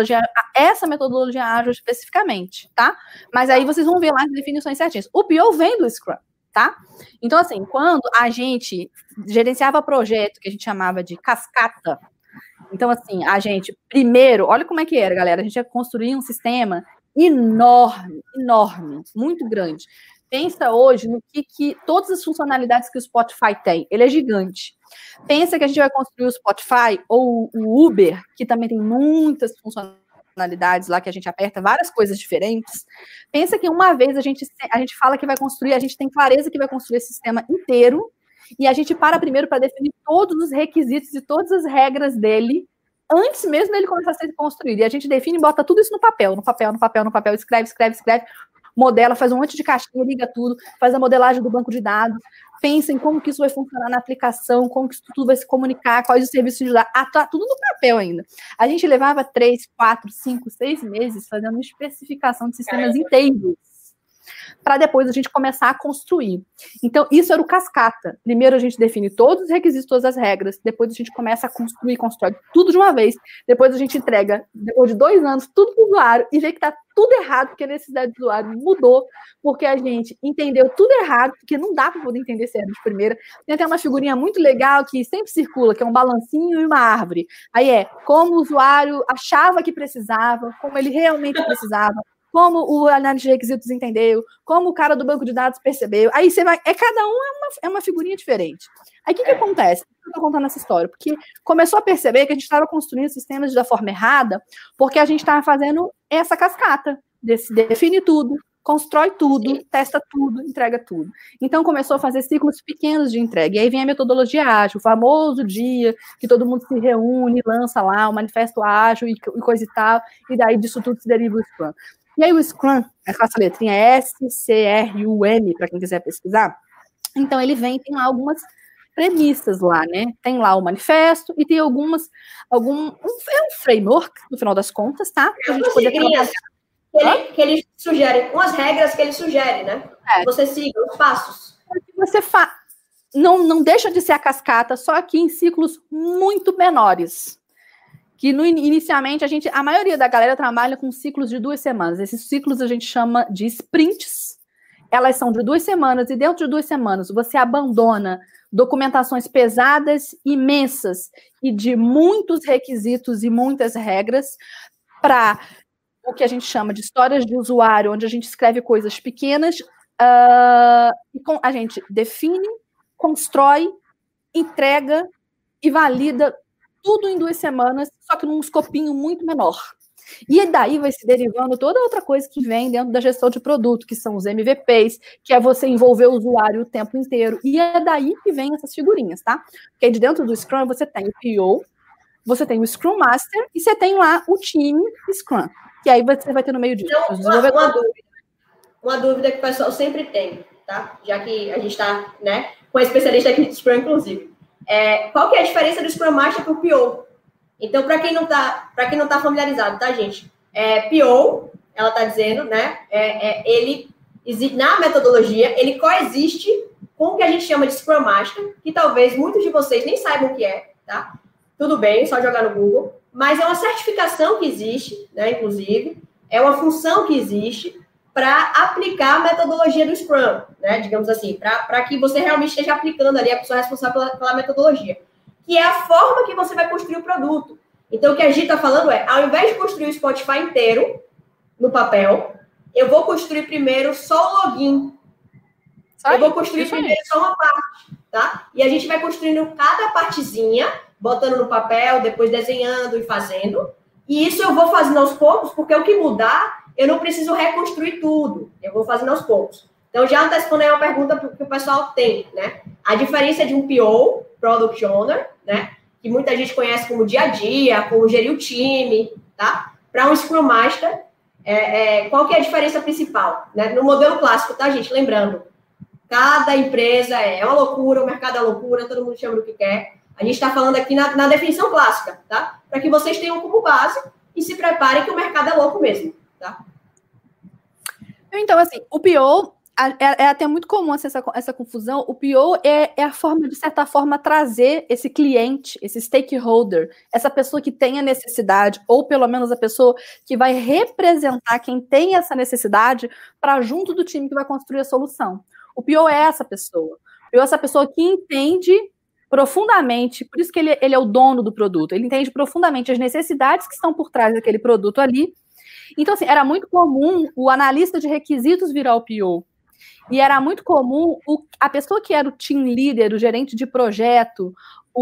essa metodologia ágil especificamente, tá? Mas aí vocês vão ver lá as definições certinhas. O PO vem do Scrum, tá? Então, assim, quando a gente gerenciava projeto, que a gente chamava de cascata, então, assim, a gente, primeiro, olha como é que era, galera, a gente ia construir um sistema enorme, muito grande. Pensa hoje no que todas as funcionalidades que o Spotify tem. Ele é gigante. Pensa que a gente vai construir o Spotify ou o Uber, que também tem muitas funcionalidades lá que a gente aperta, várias coisas diferentes. Pensa que uma vez a gente fala que vai construir, a gente tem clareza que vai construir esse sistema inteiro, e a gente para primeiro para definir todos os requisitos e todas as regras dele, antes mesmo dele começar a ser construído. E a gente define e bota tudo isso no papel, escreve, modela, faz um monte de caixinha, liga tudo, faz a modelagem do banco de dados, pensa em como que isso vai funcionar na aplicação, como que isso tudo vai se comunicar, quais os serviços de dados, tá tudo no papel ainda. A gente levava 3, 4, 5, 6 meses fazendo especificação de sistemas inteiros, para depois a gente começar a construir. Então, isso era o cascata. Primeiro a gente define todos os requisitos, todas as regras, depois a gente começa a constrói tudo de uma vez, depois a gente entrega, depois de 2 anos, tudo para o usuário e vê que está tudo errado, porque a necessidade do usuário mudou, porque a gente entendeu tudo errado, porque não dá para poder entender se era de primeira. Tem até uma figurinha muito legal que sempre circula, que é um balancinho e uma árvore. Aí como o usuário achava que precisava, como ele realmente precisava, como o análise de requisitos entendeu, como o cara do banco de dados percebeu. Aí você vai... cada um é uma figurinha diferente. Aí o que acontece? Por que eu estou contando essa história? Porque começou a perceber que a gente estava construindo sistemas da forma errada, porque a gente estava fazendo essa cascata, define tudo, constrói tudo, testa tudo, entrega tudo. Então, começou a fazer ciclos pequenos de entrega. E aí vem a metodologia ágil, o famoso dia que todo mundo se reúne, lança lá o manifesto ágil e coisa e tal, e daí disso tudo se deriva o Scrum. E aí o Scrum, essa letrinha SCRUM, para quem quiser pesquisar, então ele vem, tem lá algumas premissas lá, né? Tem lá o manifesto e tem é um framework, no final das contas, tá? Pra gente poder trabalhar. Que ele sugere, umas regras que ele sugere, né? Você siga os passos. Você não deixa de ser a cascata, só que em ciclos muito menores. Que inicialmente a maioria da galera trabalha com ciclos de 2 semanas. Esses ciclos a gente chama de sprints. Elas são de 2 semanas, e dentro de 2 semanas você abandona documentações pesadas, imensas, e de muitos requisitos e muitas regras, para o que a gente chama de histórias de usuário, onde a gente escreve coisas pequenas, a gente define, constrói, entrega e valida tudo em 2 semanas, só que num escopinho muito menor. E daí vai se derivando toda outra coisa que vem dentro da gestão de produto, que são os MVPs, que é você envolver o usuário o tempo inteiro. E é daí que vem essas figurinhas, tá? Porque aí de dentro do Scrum você tem o PO, você tem o Scrum Master e você tem lá o time Scrum. Que aí você vai ter no meio disso. Então, uma dúvida que o pessoal sempre tem, tá? Já que a gente está, né, com a especialista aqui de Scrum, inclusive. Qual que é a diferença do Scrum Master para o PO? Então, para quem não tá familiarizado, tá, gente? PO, ela está dizendo, né? Ele na metodologia, ele coexiste com o que a gente chama de Scrum Master, que talvez muitos de vocês nem saibam o que é, tá? Tudo bem, só jogar no Google. Mas é uma certificação que existe, né? Inclusive, é uma função que existe para aplicar a metodologia do Scrum, né? Digamos assim, para que você realmente esteja aplicando ali a pessoa responsável pela metodologia, que é a forma que você vai construir o produto. Então, o que a Gi está falando ao invés de construir o Spotify inteiro no papel, eu vou construir primeiro só o login. Eu vou construir primeiro só uma parte, tá? E a gente vai construindo cada partezinha, botando no papel, depois desenhando e fazendo. E isso eu vou fazendo aos poucos, porque o que mudar, eu não preciso reconstruir tudo. Eu vou fazendo aos poucos. Então, já antecipando aí uma pergunta que o pessoal tem, né? A diferença de um PO, Product Owner, né? Que muita gente conhece como dia a dia, como gerir o time, tá? Para um Scrum Master, qual que é a diferença principal? Né? No modelo clássico, tá, gente? Lembrando, cada empresa é uma loucura, o mercado é loucura, todo mundo chama do que quer. A gente está falando aqui na definição clássica, tá? Para que vocês tenham como base e se preparem que o mercado é louco mesmo, tá? Então, assim, o PO... É até muito comum essa confusão. O PO é a forma, de certa forma, trazer esse cliente, esse stakeholder, essa pessoa que tem a necessidade, ou pelo menos a pessoa que vai representar quem tem essa necessidade para junto do time que vai construir a solução. O PO é essa pessoa. O PO é essa pessoa que entende profundamente, por isso que ele é o dono do produto, ele entende profundamente as necessidades que estão por trás daquele produto ali. Então, assim, era muito comum o analista de requisitos virar o PO. E era muito comum a pessoa que era o team leader, o gerente de projeto,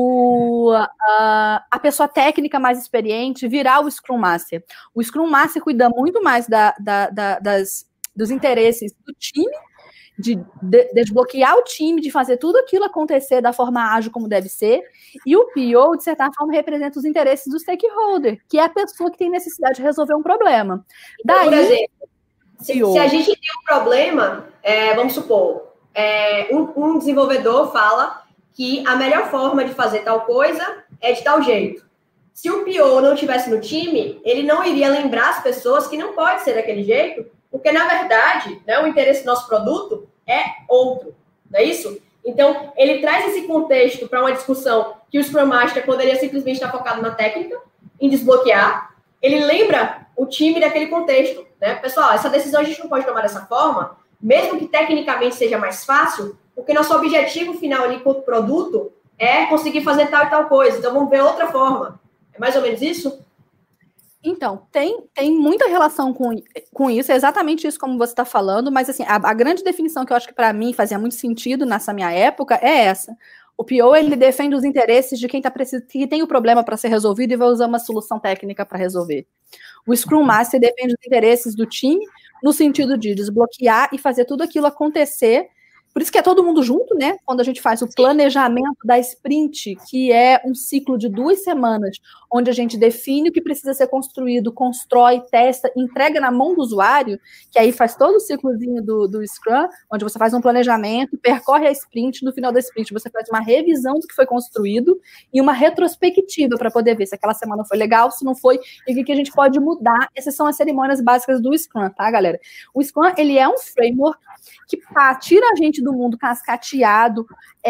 a pessoa técnica mais experiente virar o Scrum Master. O Scrum Master cuida muito mais dos interesses do time, de desbloquear o time, de fazer tudo aquilo acontecer da forma ágil como deve ser, e o PO, de certa forma, representa os interesses do stakeholder, que é a pessoa que tem necessidade de resolver um problema. Então, por exemplo, se a gente tem um problema, vamos supor, um desenvolvedor fala que a melhor forma de fazer tal coisa é de tal jeito. Se o PO não estivesse no time, ele não iria lembrar as pessoas que não pode ser daquele jeito, porque, na verdade, né, o interesse do nosso produto é outro, não é isso? Então, ele traz esse contexto para uma discussão que o Scrum Master poderia simplesmente estar focado na técnica, em desbloquear. Ele lembra o time daquele contexto, né? Pessoal, essa decisão a gente não pode tomar dessa forma, mesmo que tecnicamente seja mais fácil, porque nosso objetivo final ali com o produto é conseguir fazer tal e tal coisa. Então, vamos ver outra forma. É mais ou menos isso? Então, tem muita relação com isso, é exatamente isso como você está falando, mas assim, a grande definição que eu acho que para mim fazia muito sentido nessa minha época é essa. O PO, ele defende os interesses de quem que tem o problema para ser resolvido e vai usar uma solução técnica para resolver. O Scrum Master defende os interesses do time no sentido de desbloquear e fazer tudo aquilo acontecer. Por isso que é todo mundo junto, né? Quando a gente faz o planejamento da sprint, que é um ciclo de 2 semanas, onde a gente define o que precisa ser construído, constrói, testa, entrega na mão do usuário, que aí faz todo o ciclozinho do Scrum, onde você faz um planejamento, percorre a sprint, no final da sprint você faz uma revisão do que foi construído e uma retrospectiva para poder ver se aquela semana foi legal, se não foi, e o que a gente pode mudar. Essas são as cerimônias básicas do Scrum, tá, galera? O Scrum, ele é um framework que tira a gente do mundo cascateado,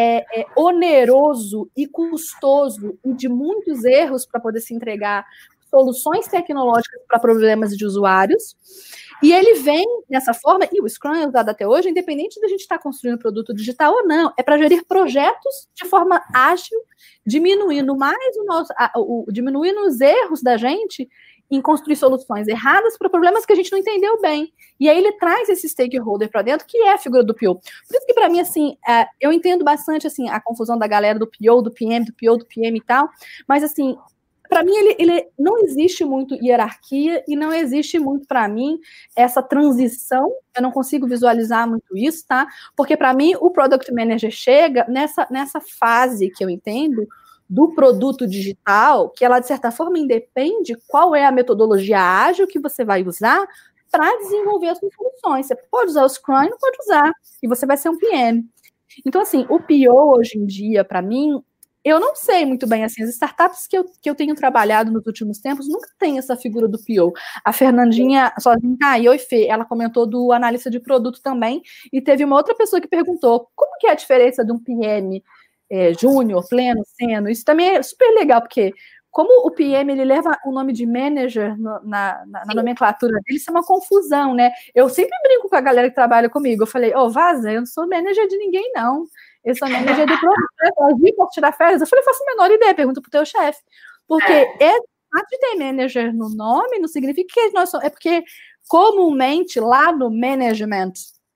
oneroso e custoso e de muitos erros para poder se entregar soluções tecnológicas para problemas de usuários. E ele vem dessa forma, e o Scrum é usado até hoje, independente da gente estar construindo produto digital ou não, é para gerir projetos de forma ágil, diminuindo diminuindo os erros da gente em construir soluções erradas para problemas que a gente não entendeu bem. E aí ele traz esse stakeholder para dentro, que é a figura do PO. Por isso que, para mim, assim, eu entendo bastante assim, a confusão da galera do PO, do PM, do PO, do PM e tal, mas, assim, para mim, ele não existe muito hierarquia e não existe muito, para mim, essa transição. Eu não consigo visualizar muito isso, tá? Porque, para mim, o Product Manager chega nessa fase que eu entendo do produto digital, que ela, de certa forma, independe qual é a metodologia ágil que você vai usar para desenvolver as suas soluções. Você pode usar o Scrum e não pode usar, e você vai ser um PM. Então, assim, o PO, hoje em dia, para mim, eu não sei muito bem, assim, as startups que eu tenho trabalhado nos últimos tempos nunca tem essa figura do PO. A Fernandinha, sozinha, oi, Fê, ela comentou do analista de produto também, e teve uma outra pessoa que perguntou como que é a diferença de um PM júnior, pleno, sênior. Isso também é super legal, porque como o PM, ele leva o nome de manager na nomenclatura dele, isso é uma confusão, né? Eu sempre brinco com a galera que trabalha comigo. Eu falei, vaza, eu não sou manager de ninguém, não. Eu sou manager do projeto. Posso tirar férias? Eu falei, faço a menor ideia, pergunta pro teu chefe. Porque fato de ter manager no nome não significa que nós somos... É porque, comumente, lá no Management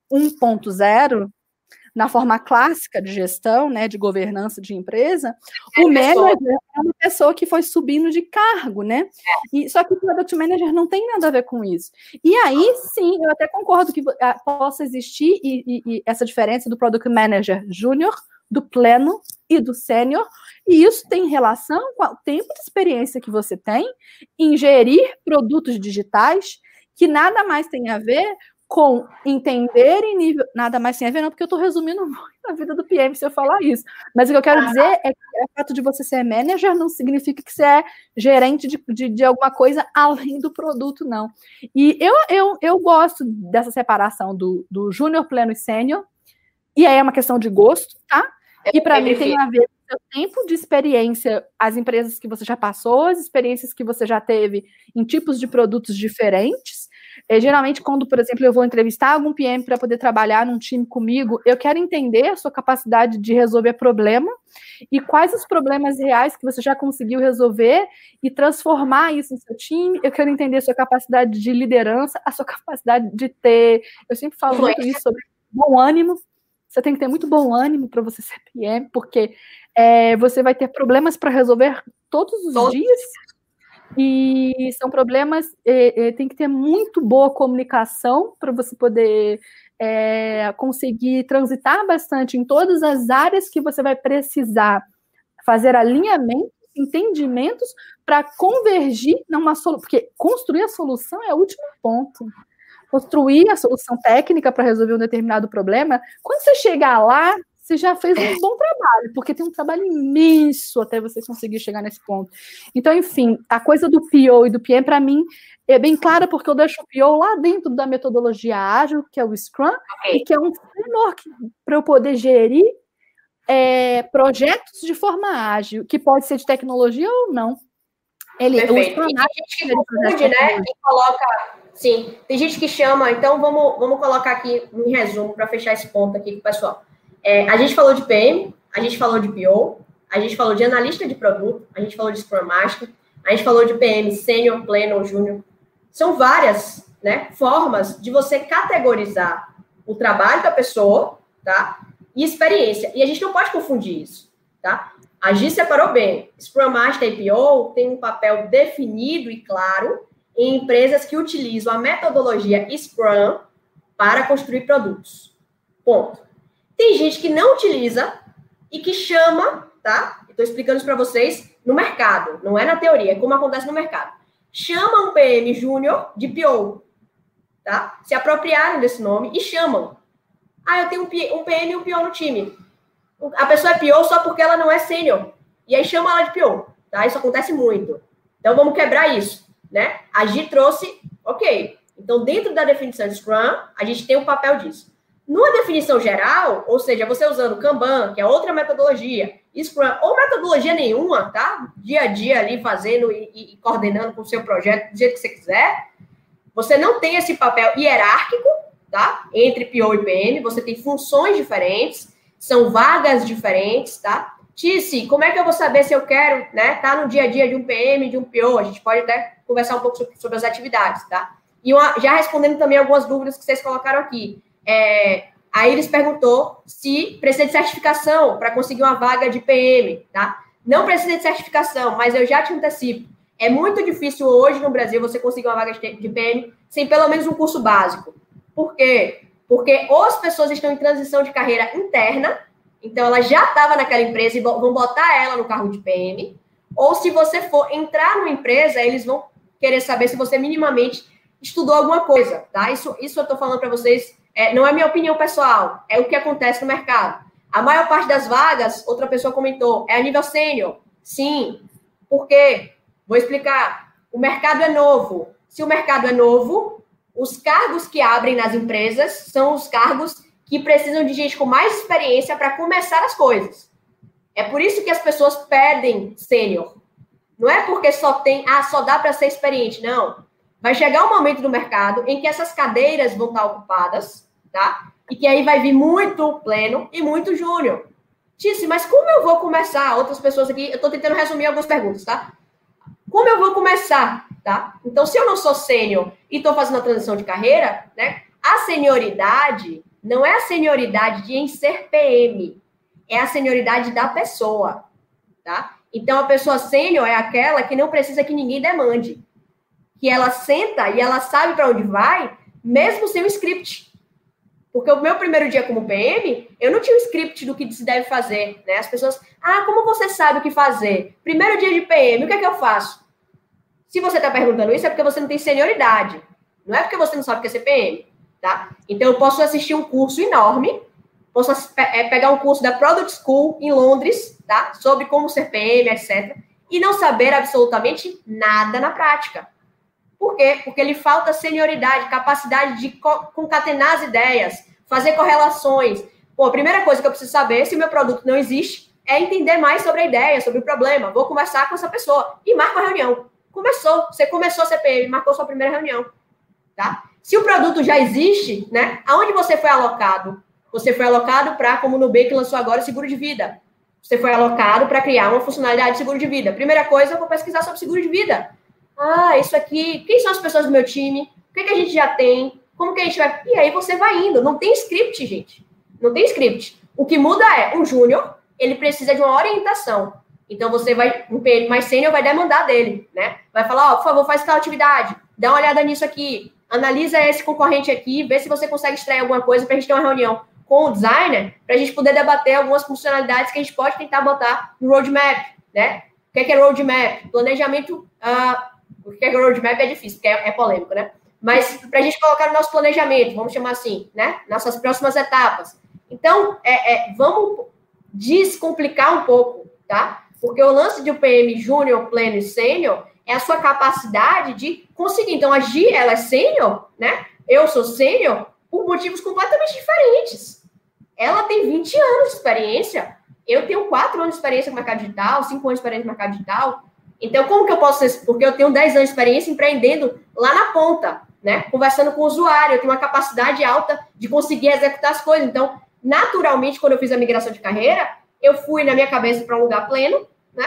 1.0, na forma clássica de gestão, né, de governança de empresa, o manager é uma pessoa que foi subindo de cargo, né? Só que o Product Manager não tem nada a ver com isso. E aí, sim, eu até concordo que possa existir e essa diferença do Product Manager Júnior, do pleno e do sênior, e isso tem relação com o tempo de experiência que você tem em gerir produtos digitais, que nada mais tem a ver com entender em nível... Nada mais tem a ver, não, porque eu estou resumindo muito a vida do PM se eu falar isso. Mas o que eu quero dizer é que o fato de você ser manager não significa que você é gerente de alguma coisa além do produto, não. E eu gosto dessa separação do júnior, pleno e sênior, e aí é uma questão de gosto, tá? E para mim tem a ver com o seu tempo de experiência, as empresas que você já passou, as experiências que você já teve em tipos de produtos diferentes. Geralmente, quando, por exemplo, eu vou entrevistar algum PM para poder trabalhar num time comigo, eu quero entender a sua capacidade de resolver problema e quais os problemas reais que você já conseguiu resolver e transformar isso no seu time. Eu quero entender a sua capacidade de liderança, a sua capacidade de ter... Eu sempre falo muito isso sobre bom ânimo. Você tem que ter muito bom ânimo para você ser PM, porque você vai ter problemas para resolver todos os dias. E são problemas, tem que ter muito boa comunicação para você poder conseguir transitar bastante em todas as áreas que você vai precisar fazer alinhamentos, entendimentos para convergir numa solução, porque construir a solução é o último ponto. Construir a solução técnica para resolver um determinado problema, quando você chegar lá, você já fez um bom trabalho, porque tem um trabalho imenso até você conseguir chegar nesse ponto. Então, enfim, a coisa do PO e do PM, para mim, é bem clara, porque eu deixo o PO lá dentro da metodologia ágil, que é o Scrum, e que é um framework para eu poder gerir projetos de forma ágil, que pode ser de tecnologia ou não. Perfeito. E tem gente que confunde, né, e coloca... Sim, tem gente que chama, então vamos colocar aqui um resumo para fechar esse ponto aqui com o pessoal. A gente falou de PM, a gente falou de PO, a gente falou de analista de produto, a gente falou de Scrum Master, A gente falou de PM, sênior, pleno, júnior. São várias, né, formas de você categorizar o trabalho da pessoa, tá? E experiência. E a gente não pode confundir isso, tá? A Gi separou bem. Scrum Master e PO tem um papel definido e claro em empresas que utilizam a metodologia Scrum para construir produtos. Ponto. Tem gente que não utiliza e que chama, tá? Estou explicando isso para vocês no mercado, não é na teoria, é como acontece no mercado. Chama um PM Júnior de PO, tá? Se apropriaram desse nome e chamam. Eu tenho um PM e um PO no time. A pessoa é PO só porque ela não é sênior. E aí chama ela de PO, tá? Isso acontece muito. Então, vamos quebrar isso, né? A Gi trouxe, ok. Então, dentro da definição de Scrum, a gente tem o papel disso. Numa definição geral, ou seja, você usando Kanban, que é outra metodologia, Scrum, ou metodologia nenhuma, tá? Dia a dia ali fazendo e coordenando com o seu projeto do jeito que você quiser, você não tem esse papel hierárquico, tá? Entre PO e PM, você tem funções diferentes, são vagas diferentes, tá? Tice, como é que eu vou saber se eu quero, né, tá no dia a dia de um PM, de um PO? A gente pode até conversar um pouco sobre as atividades, tá? E já respondendo também algumas dúvidas que vocês colocaram aqui. A Iris perguntou se precisa de certificação para conseguir uma vaga de PM, tá? Não precisa de certificação, mas eu já te antecipo. É muito difícil hoje no Brasil você conseguir uma vaga de PM sem pelo menos um curso básico. Por quê? Porque ou as pessoas estão em transição de carreira interna, então ela já estava naquela empresa e vão botar ela no carro de PM, ou se você for entrar numa empresa, eles vão querer saber se você minimamente estudou alguma coisa, tá? Isso eu estou falando para vocês, não é minha opinião pessoal, é o que acontece no mercado. A maior parte das vagas, outra pessoa comentou, é a nível sênior. Sim. Por quê? Vou explicar. O mercado é novo. Se o mercado é novo, os cargos que abrem nas empresas são os cargos que precisam de gente com mais experiência para começar as coisas. É por isso que as pessoas pedem sênior. Não é porque só dá para ser experiente, não. Vai chegar um momento no mercado em que essas cadeiras vão estar ocupadas, tá? E que aí vai vir muito pleno e muito júnior. Tice, mas como eu vou começar? Outras pessoas aqui, eu estou tentando resumir algumas perguntas, tá? Como eu vou começar, tá? Então, se eu não sou sênior e estou fazendo a transição de carreira, né? A senioridade não é a senioridade em ser PM, é a senioridade da pessoa, tá? Então, a pessoa sênior é aquela que não precisa que ninguém demande. Que ela senta e ela sabe para onde vai, mesmo sem o script. Porque o meu primeiro dia como PM, eu não tinha um script do que se deve fazer, né? As pessoas, como você sabe o que fazer? Primeiro dia de PM, o que é que eu faço? Se você está perguntando isso, é porque você não tem senioridade. Não é porque você não sabe o que é ser PM, tá? Então, eu posso assistir um curso enorme, posso pegar um curso da Product School em Londres, tá? Sobre como ser PM, etc. E não saber absolutamente nada na prática. Por quê? Porque lhe falta senioridade, capacidade de concatenar as ideias, fazer correlações. Pô, a primeira coisa que eu preciso saber, se o meu produto não existe, é entender mais sobre a ideia, sobre o problema. Vou conversar com essa pessoa e marco a reunião. Você começou a ser PM, marcou sua primeira reunião, tá? Se o produto já existe, né? Aonde você foi alocado? Você foi alocado para, como o Nubank lançou agora, seguro de vida. Você foi alocado para criar uma funcionalidade de seguro de vida. Primeira coisa, eu vou pesquisar sobre seguro de vida. Isso aqui, quem são as pessoas do meu time? O que a gente já tem? Como que a gente vai... E aí você vai indo. Não tem script, gente. Não tem script. O que muda é, um júnior, ele precisa de uma orientação. Então, um PM mais sênior vai demandar dele, né? Vai falar, por favor, faz tal atividade. Dá uma olhada nisso aqui. Analisa esse concorrente aqui, vê se você consegue extrair alguma coisa para a gente ter uma reunião com o designer, para a gente poder debater algumas funcionalidades que a gente pode tentar botar no roadmap, né? O que é roadmap? Planejamento... O que é roadmap é difícil, porque é polêmico, né? Mas para a gente colocar no nosso planejamento, vamos chamar assim, né? Nossas próximas etapas. Então, vamos descomplicar um pouco, tá? Porque o lance de um PM júnior, pleno e sênior é a sua capacidade de conseguir. Então, a Gi, ela é sênior, né? Eu sou sênior por motivos completamente diferentes. Ela tem 20 anos de experiência. Eu tenho 4 anos de experiência no mercado digital, 5 anos de experiência no mercado digital. Então, como que eu posso ser? Porque eu tenho 10 anos de experiência empreendendo lá na ponta, né? Conversando com o usuário, eu tenho uma capacidade alta de conseguir executar as coisas. Então, naturalmente, quando eu fiz a migração de carreira, eu fui na minha cabeça para um lugar pleno, né?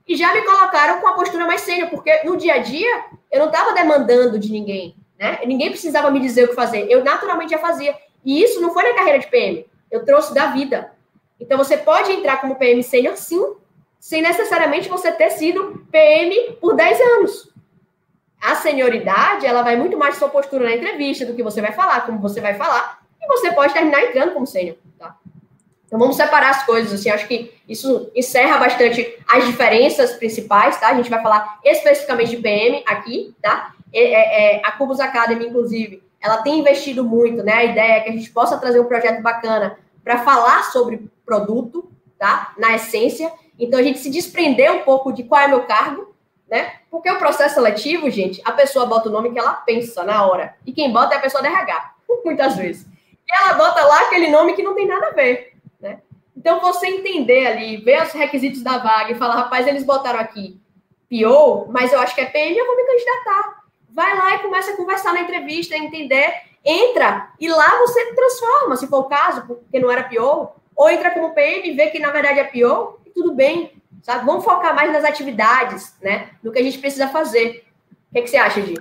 e já me colocaram com a postura mais sênior, porque no dia a dia eu não estava demandando de ninguém, né? Ninguém precisava me dizer o que fazer, eu naturalmente já fazia. E isso não foi na carreira de PM, eu trouxe da vida. Então você pode entrar como PM sênior, sim, sem necessariamente você ter sido PM por 10 anos. A senioridade, ela vai muito mais sua postura na entrevista, do que você vai falar, como você vai falar, e você pode terminar entrando como sênior, tá? Então, vamos separar as coisas, assim, acho que isso encerra bastante as diferenças principais, tá? A gente vai falar especificamente de PM aqui, tá? A Cubus Academy, inclusive, ela tem investido muito, né? A ideia é que a gente possa trazer um projeto bacana para falar sobre produto, tá? Na essência. Então, a gente se desprender um pouco de qual é meu cargo, né? Porque o processo seletivo, gente, a pessoa bota o nome que ela pensa na hora. E quem bota é a pessoa da RH, muitas vezes. E ela bota lá aquele nome que não tem nada a ver, né? Então, você entender ali, ver os requisitos da vaga e falar, rapaz, eles botaram aqui PO, mas eu acho que é PM, eu vou me candidatar. Vai lá e começa a conversar na entrevista, entender, entra, e lá você transforma, se for o caso, porque não era PO, ou entra como PM e vê que, na verdade, é PO, e tudo bem, sabe? Vamos focar mais nas atividades, né? No que a gente precisa fazer. O que você acha, Gi?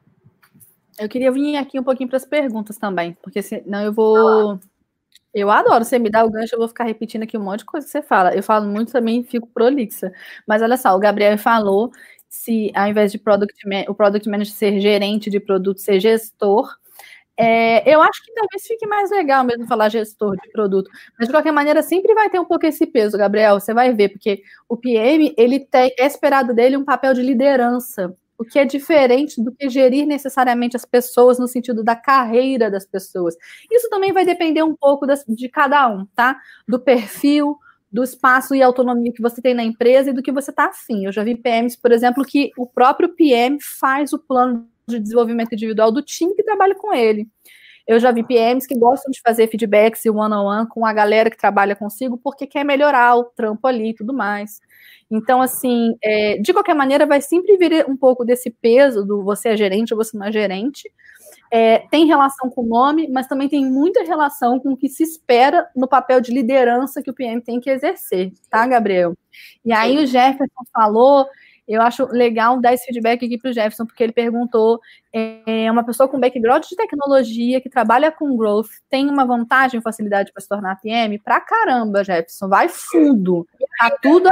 Eu queria vir aqui um pouquinho para as perguntas também, porque senão eu vou... Eu adoro, você me dá o gancho, eu vou ficar repetindo aqui um monte de coisa que você fala. Eu falo muito também e fico prolixa. Mas olha só, o Gabriel falou se ao invés de o Product Manager ser gerente de produto, ser gestor. Eu acho que talvez fique mais legal mesmo falar gestor de produto. Mas, de qualquer maneira, sempre vai ter um pouco esse peso, Gabriel. Você vai ver, porque o PM, é esperado dele um papel de liderança, o que é diferente do que gerir necessariamente as pessoas no sentido da carreira das pessoas. Isso também vai depender um pouco de cada um, tá? Do perfil, do espaço e autonomia que você tem na empresa e do que você está afim. Eu já vi PMs, por exemplo, que o próprio PM faz o plano de desenvolvimento individual do time que trabalha com ele. Eu já vi PMs que gostam de fazer feedbacks e one-on-one com a galera que trabalha consigo porque quer melhorar o trampo ali e tudo mais. Então, assim, de qualquer maneira, vai sempre vir um pouco desse peso do você é gerente ou você não é gerente. Tem relação com o nome, mas também tem muita relação com o que se espera no papel de liderança que o PM tem que exercer, tá, Gabriel? E aí o Jefferson falou, eu acho legal dar esse feedback aqui para o Jefferson, porque ele perguntou, uma pessoa com background de tecnologia, que trabalha com growth, tem uma vantagem, facilidade para se tornar PM? Pra caramba, Jefferson, vai fundo. Tá tudo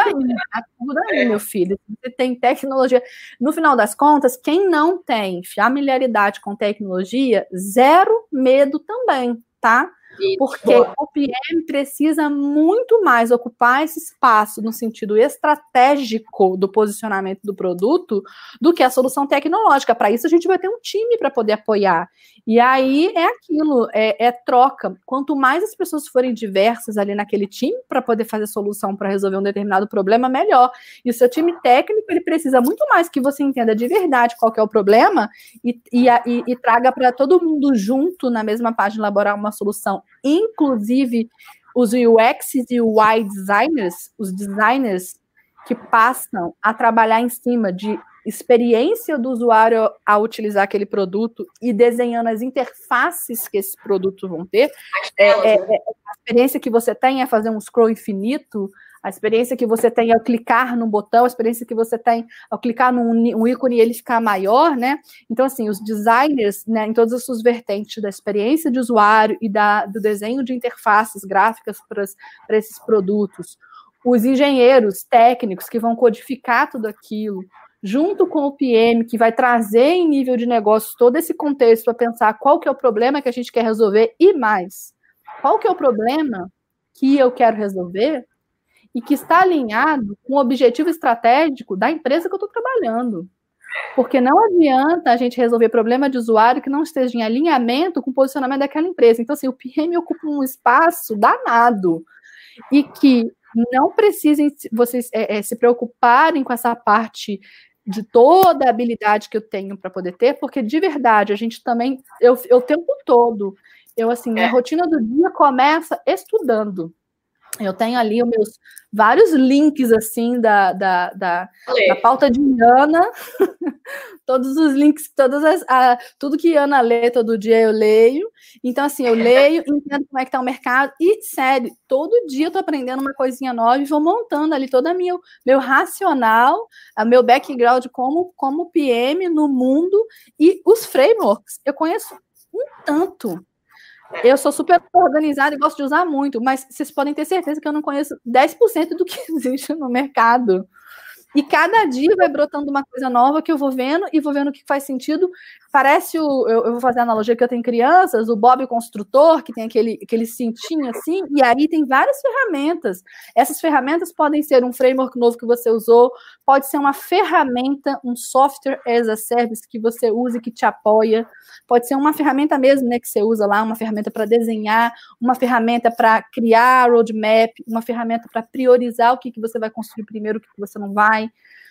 aí, meu filho. Você tem tecnologia. No final das contas, quem não tem familiaridade com tecnologia, zero medo também, tá? Porque o PM precisa muito mais ocupar esse espaço no sentido estratégico do posicionamento do produto do que a solução tecnológica. Para isso, a gente vai ter um time para poder apoiar. E aí é aquilo, troca. Quanto mais as pessoas forem diversas ali naquele time para poder fazer solução para resolver um determinado problema, melhor. E o seu time técnico, ele precisa muito mais que você entenda de verdade qual que é o problema e traga para todo mundo junto na mesma página elaborar uma solução. Inclusive, os UX e UI designers, os designers que passam a trabalhar em cima de experiência do usuário a utilizar aquele produto e desenhando as interfaces que esses produtos vão ter. A experiência que você tem é fazer um scroll infinito, a experiência que você tem ao clicar no botão, a experiência que você tem ao clicar num ícone e ele ficar maior, né? Então, assim, os designers, né, em todas as suas vertentes da experiência de usuário e do desenho de interfaces gráficas para esses produtos, os engenheiros técnicos que vão codificar tudo aquilo, junto com o PM, que vai trazer em nível de negócio todo esse contexto para pensar qual que é o problema que a gente quer resolver e mais, qual que é o problema que eu quero resolver e que está alinhado com o objetivo estratégico da empresa que eu estou trabalhando. Porque não adianta a gente resolver problema de usuário que não esteja em alinhamento com o posicionamento daquela empresa. Então, assim, o PM ocupa um espaço danado e que não precisem vocês se preocuparem com essa parte de toda a habilidade que eu tenho para poder ter, porque de verdade a gente também, eu o tempo todo, minha rotina do dia começa estudando. Eu tenho ali os meus vários links assim da pauta de Ana, todos os links, tudo que Ana lê todo dia eu leio. Então, assim, eu leio, entendo como é que tá o mercado e, sério, todo dia eu tô aprendendo uma coisinha nova e vou montando ali todo meu racional, meu background como PM no mundo e os frameworks. Eu conheço um tanto. Eu sou super organizada e gosto de usar muito, mas vocês podem ter certeza que eu não conheço 10% do que existe no mercado. E cada dia vai brotando uma coisa nova que eu vou vendo e vou vendo o que faz sentido. Parece eu vou fazer a analogia que eu tenho crianças, o Bob Construtor, que tem aquele cintinho assim, e aí tem várias ferramentas. Essas ferramentas podem ser um framework novo que você usou, pode ser uma ferramenta, um software as a service que você usa e que te apoia, pode ser uma ferramenta mesmo, né, que você usa lá, uma ferramenta para desenhar, uma ferramenta para criar roadmap, uma ferramenta para priorizar o que você vai construir primeiro, o que você não vai.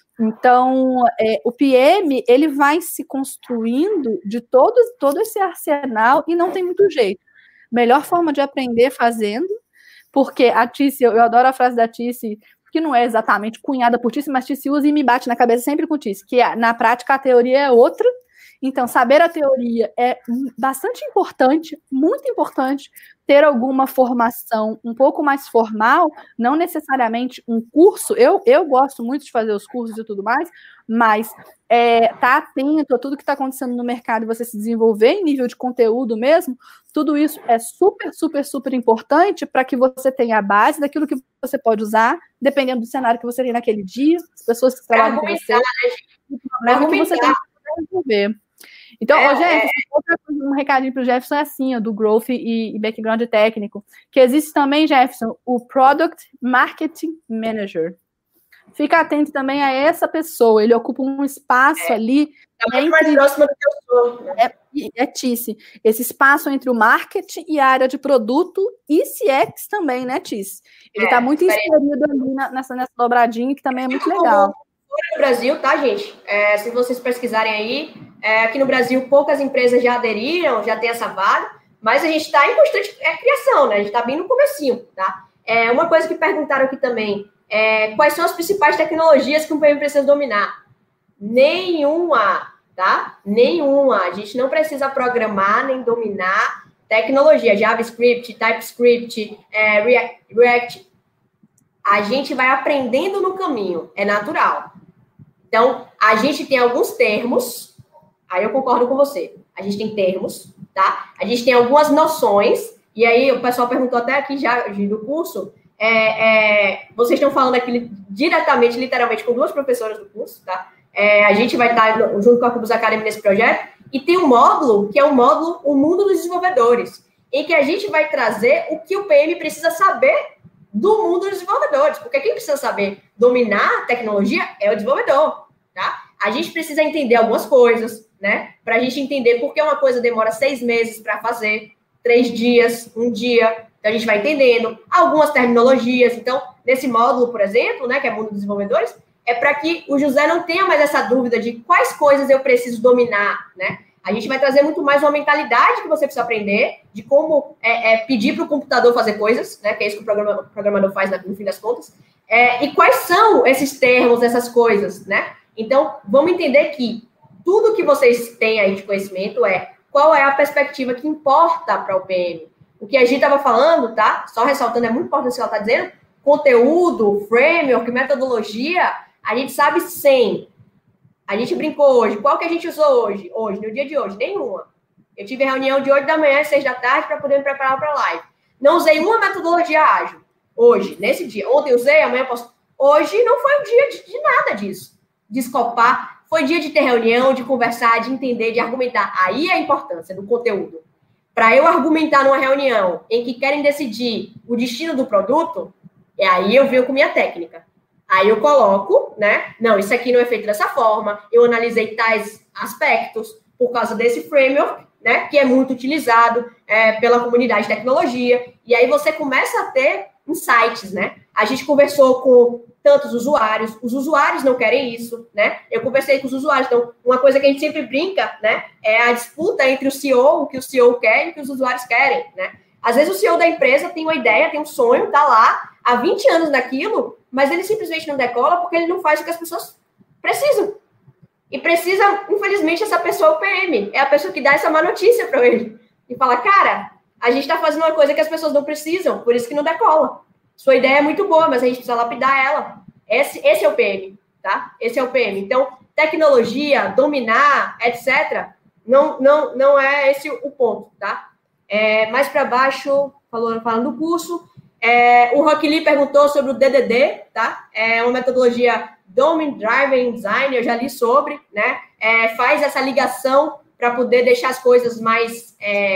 Então, o PM, ele vai se construindo de todo esse arsenal e não tem muito jeito. Melhor forma de aprender fazendo, porque a Tice, eu adoro a frase da Tice, que não é exatamente cunhada por Tice, mas Tice usa e me bate na cabeça sempre com Tice, que na prática a teoria é outra. Então, saber a teoria é bastante importante, muito importante, ter alguma formação um pouco mais formal, não necessariamente um curso. Eu gosto muito de fazer os cursos e tudo mais, mas tá atento a tudo que está acontecendo no mercado e você se desenvolver em nível de conteúdo mesmo, tudo isso é super, super, super importante para que você tenha a base daquilo que você pode usar, dependendo do cenário que você tem naquele dia, as pessoas que trabalham com você, o problema que você tem que resolver. Então, Jefferson, um recadinho para o Jefferson é assim, do Growth e Background técnico, que existe também, Jefferson, o Product Marketing Manager. Fica atento também a essa pessoa, ele ocupa um espaço ali. É muito mais próximo do que eu sou. Né? Tice, esse espaço entre o marketing e a área de produto e CX também, né, Tice? Ele está muito inserido ali nessa dobradinha, que também é muito legal. No Brasil, tá, gente? Se vocês pesquisarem aí, aqui no Brasil poucas empresas já aderiram, já tem essa vaga, mas a gente está em constante criação, né? A gente está bem no comecinho, tá? Uma coisa que perguntaram aqui também, quais são as principais tecnologias que um PM precisa dominar? Nenhuma, tá? Nenhuma. A gente não precisa programar nem dominar tecnologia, JavaScript, TypeScript, React. A gente vai aprendendo no caminho, é natural. Então, a gente tem alguns termos, aí eu concordo com você. A gente tem termos, tá? A gente tem algumas noções, e aí o pessoal perguntou até aqui já do curso, vocês estão falando aqui diretamente, literalmente, com duas professoras do curso, tá? A gente vai estar junto com a Cubus Academy nesse projeto, e tem um módulo, que é o módulo O Mundo dos Desenvolvedores, em que a gente vai trazer o que o PM precisa saber do mundo dos desenvolvedores, porque quem precisa saber dominar a tecnologia é o desenvolvedor, tá? A gente precisa entender algumas coisas, né? Para a gente entender por que uma coisa demora 6 meses para fazer, 3 dias, 1 dia, então a gente vai entendendo algumas terminologias. Então, nesse módulo, por exemplo, né, que é o mundo dos desenvolvedores, é para que o José não tenha mais essa dúvida de quais coisas eu preciso dominar, né? A gente vai trazer muito mais uma mentalidade que você precisa aprender, de como pedir para o computador fazer coisas, né? Que é isso que o programador faz no fim das contas. E quais são esses termos, essas coisas, né? Então, vamos entender que tudo que vocês têm aí de conhecimento qual é a perspectiva que importa para o PM. O que a gente estava falando, tá? Só ressaltando, é muito importante o que ela está dizendo, conteúdo, framework, metodologia, a gente sabe 100. A gente brincou hoje. Qual que a gente usou hoje? Hoje, no dia de hoje? Nenhuma. Eu tive reunião de 8 da manhã às 6 da tarde para poder me preparar para a live. Não usei uma metodologia ágil. Hoje, nesse dia. Ontem usei, amanhã posso... Hoje não foi um dia de nada disso. De escopar. Foi dia de ter reunião, de conversar, de entender, de argumentar. Aí é a importância do conteúdo. Para eu argumentar numa reunião em que querem decidir o destino do produto, aí eu venho com minha técnica. Aí eu coloco, né? Não, isso aqui não é feito dessa forma. Eu analisei tais aspectos por causa desse framework, né? Que é muito utilizado pela comunidade de tecnologia. E aí você começa a ter insights, né? A gente conversou com tantos usuários. Os usuários não querem isso, né? Eu conversei com os usuários. Então, uma coisa que a gente sempre brinca, né? É a disputa entre o CEO, o que o CEO quer e o que os usuários querem, né? Às vezes o CEO da empresa tem uma ideia, tem um sonho, tá lá há 20 anos naquilo, mas ele simplesmente não decola porque ele não faz o que as pessoas precisam. E precisa, infelizmente, essa pessoa é o PM, é a pessoa que dá essa má notícia para ele. E fala, cara, a gente está fazendo uma coisa que as pessoas não precisam, por isso que não decola. Sua ideia é muito boa, mas a gente precisa lapidar ela. Esse é o PM, tá? Esse é o PM. Então, tecnologia, dominar, etc., não é esse o ponto, tá? Mais para baixo, falando do curso, o Rock Lee perguntou sobre o DDD, tá? É uma metodologia Domain Driven Design, eu já li sobre, né? Faz essa ligação para poder deixar as coisas mais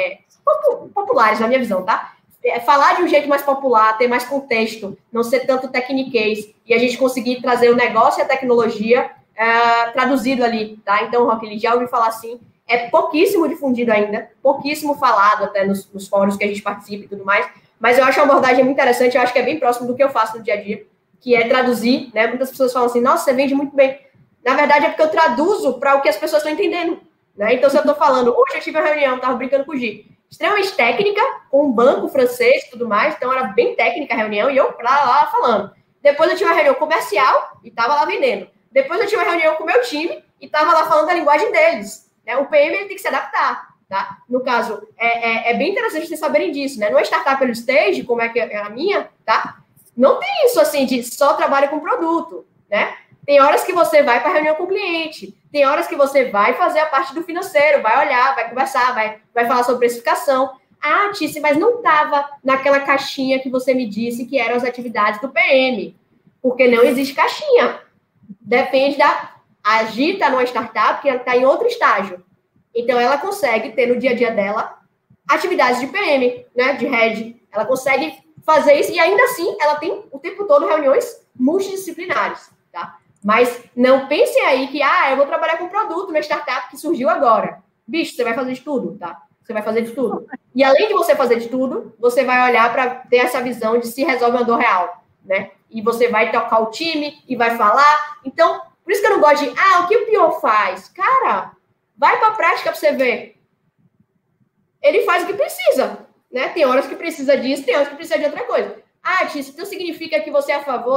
populares, na minha visão, tá? Falar de um jeito mais popular, ter mais contexto, não ser tanto tecniquez, e a gente conseguir trazer o negócio e a tecnologia traduzido ali, tá? Então, Rock Lee, já ouvi falar assim, é pouquíssimo difundido ainda, pouquíssimo falado até nos fóruns que a gente participa e tudo mais, mas eu acho uma abordagem muito interessante, eu acho que é bem próximo do que eu faço no dia a dia, que é traduzir, né? Muitas pessoas falam assim, nossa, você vende muito bem. Na verdade, é porque eu traduzo para o que as pessoas estão entendendo, né? Então, se eu estou falando, hoje eu tive uma reunião, estava brincando com o Gi, extremamente técnica, com um banco francês e tudo mais, então era bem técnica a reunião, e eu lá falando. Depois eu tive uma reunião comercial e estava lá vendendo. Depois eu tive uma reunião com o meu time e estava lá falando a linguagem deles. Né? O PM ele tem que se adaptar. Tá? No caso, é bem interessante vocês saberem disso. Né? Numa startup pelo stage, como é que é a minha, tá? Não tem isso assim de só trabalho com produto. Né? Tem horas que você vai para reunião com o cliente, tem horas que você vai fazer a parte do financeiro, vai olhar, vai conversar, vai falar sobre precificação. Ah, Tícia, mas não estava naquela caixinha que você me disse que eram as atividades do PM, porque não existe caixinha. Depende a Gi está numa startup que está em outro estágio. Então, ela consegue ter no dia a dia dela atividades de PM, né, de head. Ela consegue fazer isso e, ainda assim, ela tem o tempo todo reuniões multidisciplinares, tá? Mas não pensem aí que, eu vou trabalhar com produto na startup que surgiu agora. Bicho, você vai fazer de tudo, tá? Você vai fazer de tudo. E, além de você fazer de tudo, você vai olhar para ter essa visão de se resolve uma dor real, né? E você vai tocar o time e vai falar. Então, por isso que eu não gosto de, o que o PO faz? Cara, vai para a prática para você ver. Ele faz o que precisa, né? Tem horas que precisa disso, tem horas que precisa de outra coisa. Tícia, então significa que você é a favor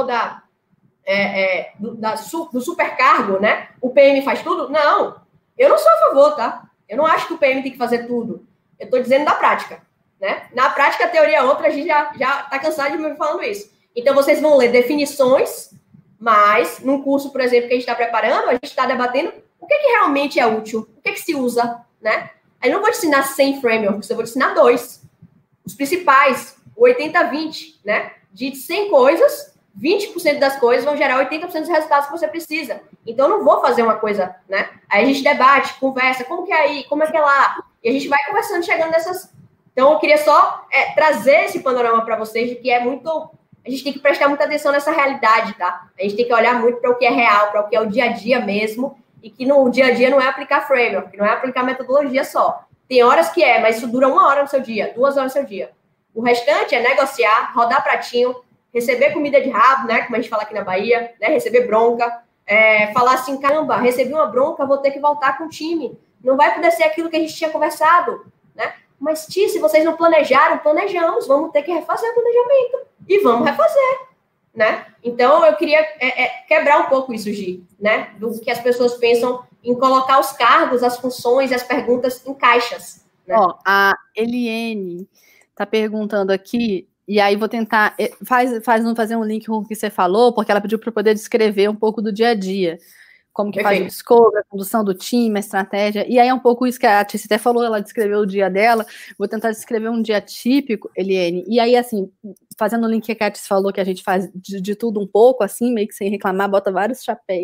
do supercargo, né? O PM faz tudo? Não, eu não sou a favor, tá? Eu não acho que o PM tem que fazer tudo. Eu estou dizendo da prática, né? Na prática, a teoria é outra, a gente já está cansado de me falando isso. Então, vocês vão ler definições, mas num curso, por exemplo, que a gente está preparando, a gente está debatendo o que realmente é útil, o que se usa, né? Aí não vou te ensinar 100 frameworks, eu vou te ensinar 2. Os principais, o 80-20, né? De 100 coisas, 20% das coisas vão gerar 80% dos resultados que você precisa. Então, eu não vou fazer uma coisa, né? Aí a gente debate, conversa, como que é aí, como é que é lá? E a gente vai conversando, chegando nessas... Então, eu queria só trazer esse panorama para vocês, de que é muito... A gente tem que prestar muita atenção nessa realidade, tá? A gente tem que olhar muito para o que é real, para o que é o dia a dia mesmo, e que no dia a dia não é aplicar framework, não é aplicar metodologia só. Tem horas que mas isso dura 1 hora no seu dia, 2 horas no seu dia. O restante é negociar, rodar pratinho, receber comida de rabo, né? Como a gente fala aqui na Bahia, né? Receber bronca, falar assim, caramba, recebi uma bronca, vou ter que voltar com o time. Não vai poder ser aquilo que a gente tinha conversado, né? Mas, Ti, se vocês não planejaram, planejamos, vamos ter que refazer o planejamento. E vamos refazer, né? Então, eu queria quebrar um pouco isso, Gi, né? Do que as pessoas pensam em colocar os cargos, as funções e as perguntas em caixas. Né? A Eliene está perguntando aqui, e aí vou tentar fazer um link com o que você falou, porque ela pediu para eu poder descrever um pouco do dia a dia. Como que faz o discovery, a condução do time, a estratégia. E aí é um pouco isso que a Tícia até falou, ela descreveu o dia dela. Vou tentar descrever um dia típico, Eliene. E aí, assim, fazendo o link que a Tícia falou, que a gente faz de tudo um pouco, assim, meio que sem reclamar, bota vários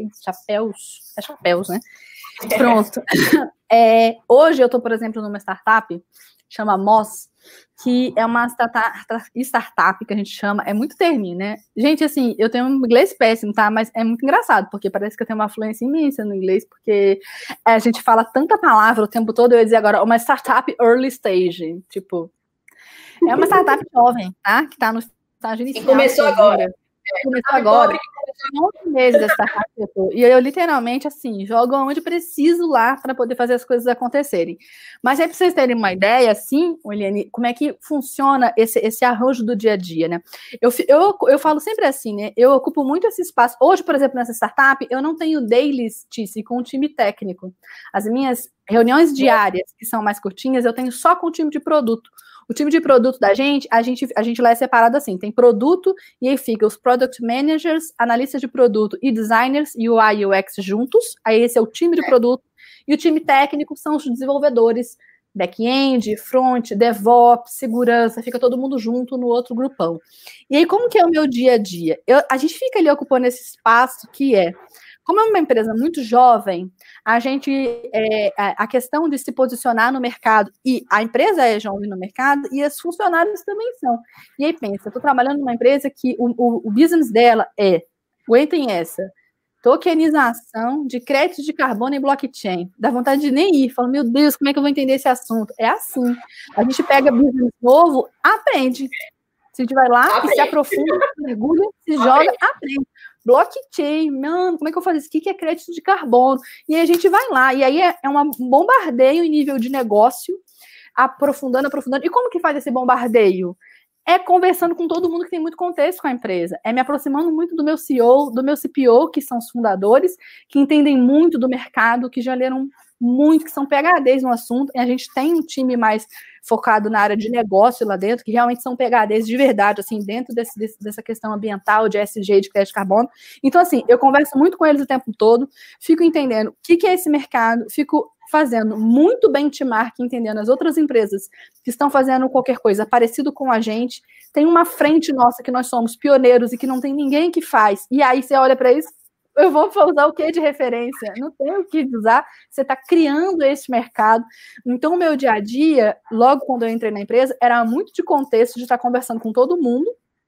chapéus, né? Pronto. Hoje eu estou, por exemplo, numa startup, chama Moss, que é uma startup que a gente chama, é muito termo, né? Gente, assim, eu tenho um inglês péssimo, tá? Mas é muito engraçado, porque parece que eu tenho uma fluência imensa no inglês, porque a gente fala tanta palavra o tempo todo, eu ia dizer agora, uma startup early stage, tipo, é uma startup jovem, tá? Que tá no estágio inicial. E começou agora. Começou agora. 11 meses essa startup que eu tô. E eu literalmente, assim, jogo onde preciso lá para poder fazer as coisas acontecerem. Mas aí, para vocês terem uma ideia, assim, Eliane, como é que funciona esse arranjo do dia a dia, né? Eu falo sempre assim, né? Eu ocupo muito esse espaço. Hoje, por exemplo, nessa startup, eu não tenho dailies, Tice, com o time técnico. As minhas reuniões diárias, que são mais curtinhas, eu tenho só com o time de produto. O time de produto da gente, a gente lá é separado assim, tem produto e aí fica os product managers, analistas de produto e designers, UI e UX juntos, aí esse é o time de produto, e o time técnico são os desenvolvedores, back-end, front, DevOps, segurança, fica todo mundo junto no outro grupão. E aí como que é o meu dia a dia? A gente fica ali ocupando esse espaço que é, como é uma empresa muito jovem, a questão de se posicionar no mercado, e a empresa é jovem no mercado, e os funcionários também são. E aí pensa, eu estou trabalhando numa empresa que o business dela aguentem essa, tokenização de créditos de carbono em blockchain. Dá vontade de nem ir, fala, meu Deus, como é que eu vou entender esse assunto? É assim, a gente pega business novo, aprende. Se a gente vai lá e se aprofunda, mergulha, se joga, aprende. Blockchain, mano, como é que eu faço isso? O que é crédito de carbono? E aí a gente vai lá, e aí é um bombardeio em nível de negócio, aprofundando. E como que faz esse bombardeio? É conversando com todo mundo que tem muito contexto com a empresa, é me aproximando muito do meu CEO, do meu CPO, que são os fundadores, que entendem muito do mercado, que já leram muito, que são PhDs no assunto, e a gente tem um time mais focado na área de negócio lá dentro, que realmente são PhDs de verdade, assim, dentro dessa questão ambiental, de ESG, de crédito de carbono. Então, assim, eu converso muito com eles o tempo todo, fico entendendo o que é esse mercado, fico fazendo muito benchmark, entendendo as outras empresas que estão fazendo qualquer coisa parecido com a gente, tem uma frente nossa que nós somos pioneiros e que não tem ninguém que faz, e aí você olha para isso, eu vou usar o que de referência? Não tem o que usar, você está criando esse mercado. Então, o meu dia a dia, logo quando eu entrei na empresa, era muito de contexto, de estar conversando com todo mundo,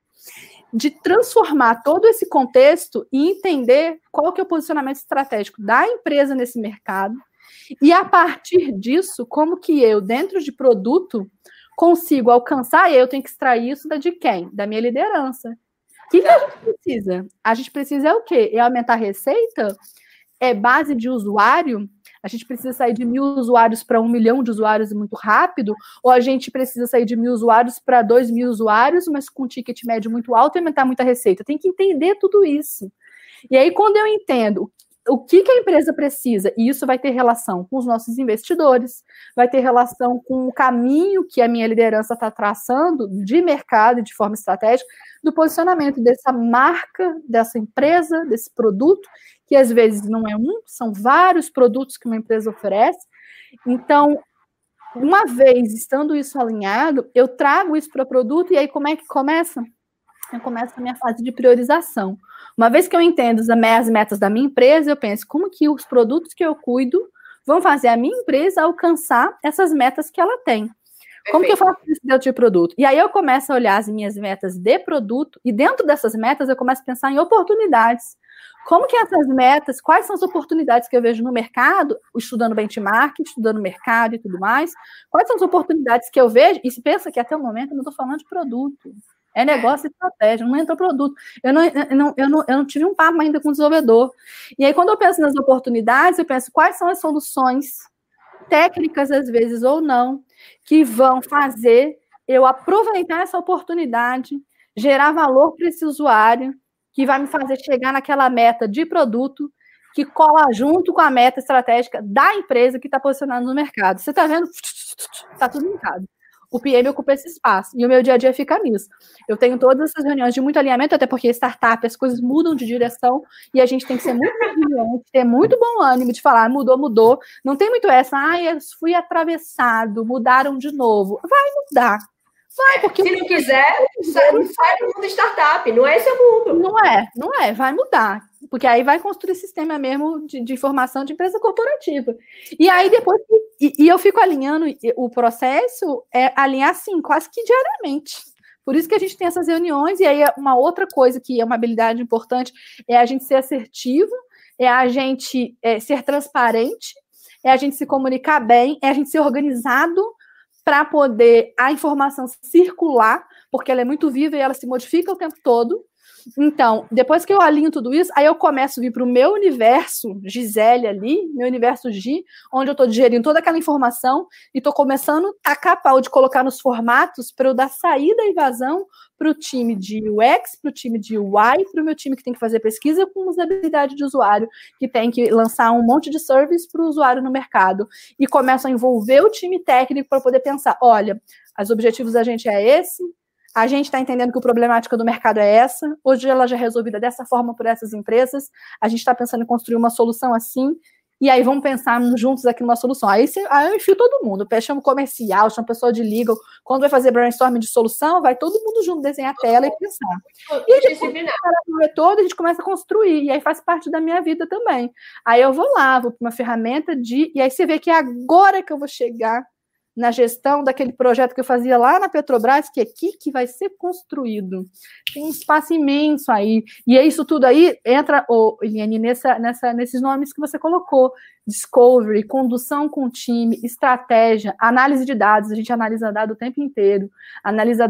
de transformar todo esse contexto e entender qual que é o posicionamento estratégico da empresa nesse mercado, e a partir disso, como que eu, dentro de produto, consigo alcançar, e aí eu tenho que extrair isso de quem? Da minha liderança. O que a gente precisa? A gente precisa o quê? É aumentar a receita? É base de usuário? A gente precisa sair de 1.000 usuários para 1 milhão de usuários muito rápido? Ou a gente precisa sair de 1.000 usuários para 2.000 usuários, mas com um ticket médio muito alto e aumentar muita receita? Tem que entender tudo isso. E aí, quando eu entendo o que a empresa precisa, e isso vai ter relação com os nossos investidores, vai ter relação com o caminho que a minha liderança está traçando de mercado e de forma estratégica, do posicionamento dessa marca, dessa empresa, desse produto, que às vezes não é um, são vários produtos que uma empresa oferece. Então, uma vez estando isso alinhado, eu trago isso para o produto, e aí como é que começa? Eu começo a minha fase de priorização. Uma vez que eu entendo as metas da minha empresa, eu penso como que os produtos que eu cuido vão fazer a minha empresa alcançar essas metas que ela tem. Como que eu faço isso dentro de produto? E aí eu começo a olhar as minhas metas de produto, e dentro dessas metas eu começo a pensar em oportunidades. Como que essas metas, quais são as oportunidades que eu vejo no mercado, estudando benchmark, estudando mercado e tudo mais, quais são as oportunidades que eu vejo, e se pensa que até o momento eu não estou falando de produto. É negócio e estratégia, não entrou produto. Eu não tive um papo ainda com o desenvolvedor. E aí, quando eu penso nas oportunidades, eu penso quais são as soluções técnicas, às vezes, ou não, que vão fazer eu aproveitar essa oportunidade, gerar valor para esse usuário, que vai me fazer chegar naquela meta de produto que cola junto com a meta estratégica da empresa que está posicionada no mercado. Você está vendo? Está tudo linkado. O PM ocupa esse espaço, e o meu dia a dia fica nisso. Eu tenho todas essas reuniões de muito alinhamento, até porque startup, as coisas mudam de direção, e a gente tem que ser muito resiliente, ter muito bom ânimo de falar, mudou. Não tem muito essa, eu fui atravessado, mudaram de novo. Vai mudar. Vai, porque se não quiser, sai do mundo startup, não é esse o mundo. Não é, vai mudar. Porque aí vai construir sistema mesmo de formação de empresa corporativa. E aí depois, e eu fico alinhando, o processo é alinhar assim, quase que diariamente. Por isso que a gente tem essas reuniões, e aí uma outra coisa que é uma habilidade importante é a gente ser assertivo, é a gente ser transparente, é a gente se comunicar bem, é a gente ser organizado para poder a informação circular, porque ela é muito viva e ela se modifica o tempo todo. Então, depois que eu alinho tudo isso, aí eu começo a vir para o meu universo Gisele ali, meu universo Gi, onde eu estou digerindo toda aquela informação e estou começando a capaz de colocar nos formatos para eu dar saída e vazão para o time de UX, para o time de UI, para o meu time que tem que fazer pesquisa com usabilidade de usuário, que tem que lançar um monte de service para o usuário no mercado. E começo a envolver o time técnico para poder pensar, olha, os objetivos da gente é esse, a gente está entendendo que a problemática do mercado é essa, hoje ela já é resolvida dessa forma por essas empresas, a gente está pensando em construir uma solução assim, e aí vamos pensar juntos aqui numa solução. Aí eu enfio todo mundo, chamo comercial, chamo pessoa de legal, quando vai fazer brainstorming de solução, vai todo mundo junto desenhar a tela e pensar. E depois, todo, a gente começa a construir, e aí faz parte da minha vida também. Aí eu vou para uma ferramenta e aí você vê que é agora que eu vou chegar na gestão daquele projeto que eu fazia lá na Petrobras, que é aqui que vai ser construído. Tem um espaço imenso aí. E é isso tudo aí entra, Eliane, nesses nomes que você colocou. Discovery, condução com time, estratégia, análise de dados. A gente analisa dado o tempo inteiro. Analisar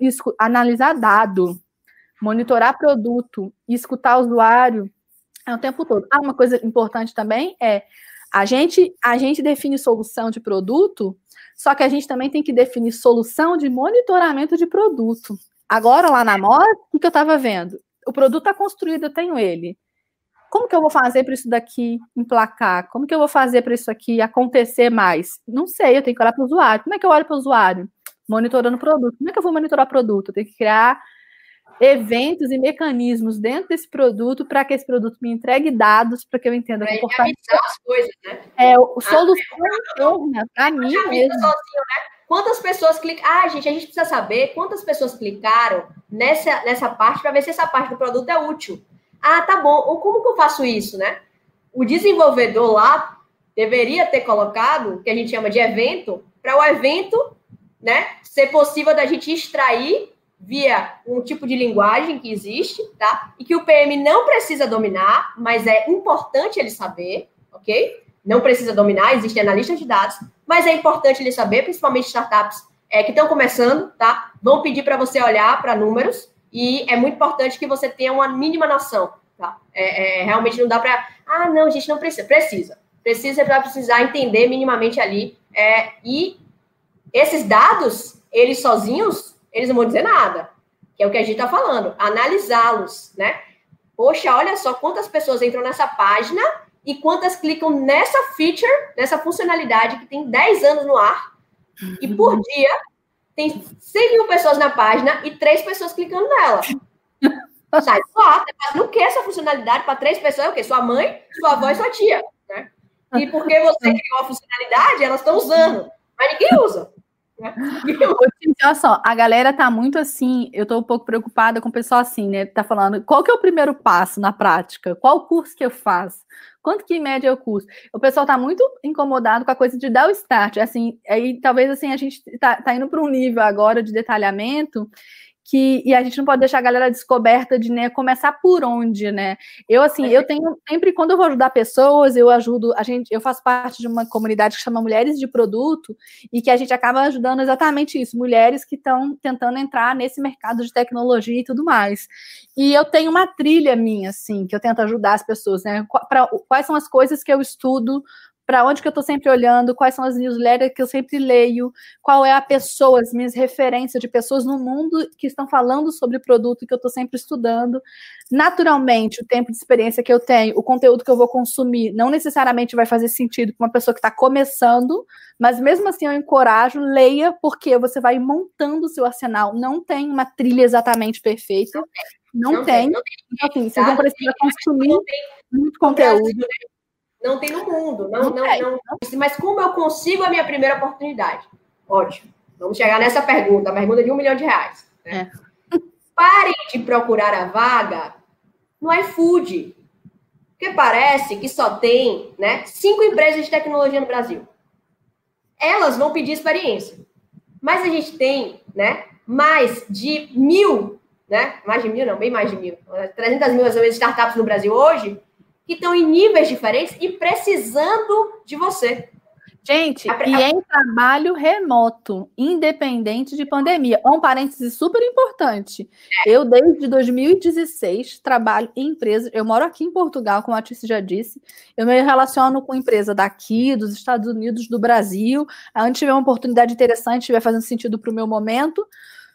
dado, monitorar produto, escutar o usuário o tempo todo. Uma coisa importante também é a gente define solução de produto, só que a gente também tem que definir solução de monitoramento de produto. Agora, lá na Mora, o que eu estava vendo? O produto está construído, eu tenho ele. Como que eu vou fazer para isso daqui emplacar? Como que eu vou fazer para isso aqui acontecer mais? Não sei, eu tenho que olhar para o usuário. Como é que eu olho para o usuário? Monitorando o produto. Como é que eu vou monitorar o produto? Eu tenho que criar eventos e mecanismos dentro desse produto para que esse produto me entregue dados para que eu entenda o comportamento. As coisas, né? Solução para mim mesmo. Sozinho, né? Quantas pessoas clicam? A gente precisa saber quantas pessoas clicaram nessa parte para ver se essa parte do produto é útil. Tá bom. Ou como que eu faço isso, né? O desenvolvedor lá deveria ter colocado o que a gente chama de evento, para o evento, né, ser possível da gente extrair via um tipo de linguagem que existe, tá? E que o PM não precisa dominar, mas é importante ele saber, ok? Não precisa dominar, existem analistas de dados, mas é importante ele saber, principalmente startups que estão começando, tá? Vão pedir para você olhar para números e é muito importante que você tenha uma mínima noção, tá? Realmente não dá para... não, a gente não precisa. Vai precisar entender minimamente ali. E esses dados, eles sozinhos, eles não vão dizer nada, que é o que a gente está falando, analisá-los, né? Poxa, olha só quantas pessoas entram nessa página e quantas clicam nessa feature, nessa funcionalidade que tem 10 anos no ar, e por dia tem 100 mil pessoas na página e 3 pessoas clicando nela. Sai do ar, você faz no que essa funcionalidade para 3 pessoas? É o quê? Sua mãe, sua avó e sua tia, né? E porque você criou a funcionalidade, elas estão usando, mas ninguém usa. Olha só, a galera tá muito assim, eu tô um pouco preocupada com o pessoal assim, né? Tá falando, qual que é o primeiro passo na prática? Qual curso que eu faço? Quanto que em média eu custo? O pessoal tá muito incomodado com a coisa de dar o start, assim, aí talvez assim a gente tá indo para um nível agora de detalhamento e a gente não pode deixar a galera descoberta de, né, começar por onde, né? Eu tenho sempre, quando eu vou ajudar pessoas, eu faço parte de uma comunidade que chama Mulheres de Produto, e que a gente acaba ajudando exatamente isso, mulheres que estão tentando entrar nesse mercado de tecnologia e tudo mais. E eu tenho uma trilha minha, assim, que eu tento ajudar as pessoas, né? Quais são as coisas que eu estudo, para onde que eu estou sempre olhando, quais são as newsletters que eu sempre leio, qual é a pessoa, as minhas referências de pessoas no mundo que estão falando sobre produto que eu estou sempre estudando. Naturalmente, o tempo de experiência que eu tenho, o conteúdo que eu vou consumir, não necessariamente vai fazer sentido para uma pessoa que está começando, mas mesmo assim eu encorajo, leia, porque você vai montando o seu arsenal. Não tem uma trilha exatamente perfeita, não tem. Então, assim, vocês vão precisar consumir muito conteúdo. Não tem no mundo, não. Mas como eu consigo a minha primeira oportunidade? Ótimo. Vamos chegar nessa pergunta, a pergunta de R$1 milhão. Né? Parem de procurar a vaga no iFood, porque parece que só tem, né, 5 empresas de tecnologia no Brasil. Elas vão pedir experiência, mas a gente tem, né, mais de 1.000, né, mais de 1.000 não, bem mais de 1.000, 300 mil startups no Brasil hoje, que estão em níveis diferentes e precisando de você. Gente, e em trabalho remoto, independente de pandemia. Um parêntese super importante. Eu, desde 2016, trabalho em empresa. Eu moro aqui em Portugal, como a Tícia já disse. Eu me relaciono com empresa daqui, dos Estados Unidos, do Brasil. Onde tiver uma oportunidade interessante, estiver fazendo sentido para o meu momento,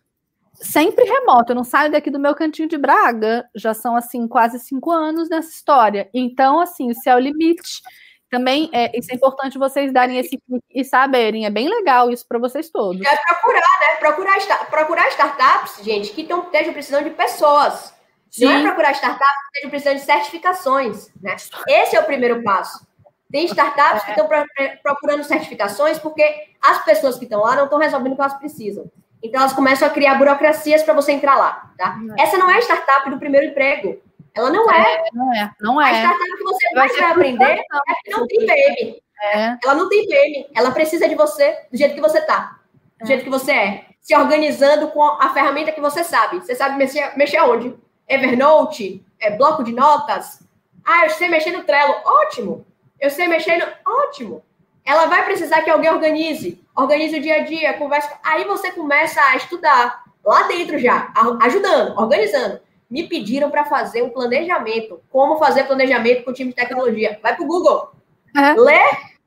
sempre remoto. Eu não saio daqui do meu cantinho de Braga. Já são, assim, quase 5 anos nessa história. Então, assim, o céu é o limite. Também isso é importante vocês darem esse clique e saberem. É bem legal isso para vocês todos. É procurar, né? Procurar startups, gente, que estejam precisando de pessoas. Sim. Não é procurar startups que estejam precisando de certificações, né? Esse é o primeiro passo. Tem startups que estão procurando certificações porque as pessoas que estão lá não estão resolvendo o que elas precisam. Então, elas começam a criar burocracias para você entrar lá, tá? Essa não é a startup do primeiro emprego. Ela não é. Não é. A startup que você mais vai aprender é que não tem PM. Ela não tem PM. Ela precisa de você do jeito que você tá. Do jeito que você é. Se organizando com a ferramenta que você sabe. Você sabe mexer aonde? Evernote? Bloco de notas? Ah, eu sei mexer no Trello. Ótimo. Eu sei mexer no... Ótimo. Ela vai precisar que alguém organize. Organize o dia a dia, conversa. Aí você começa a estudar. Lá dentro já. Ajudando, organizando. Me pediram para fazer um planejamento. Como fazer planejamento com o time de tecnologia. Vai para o Google. Lê.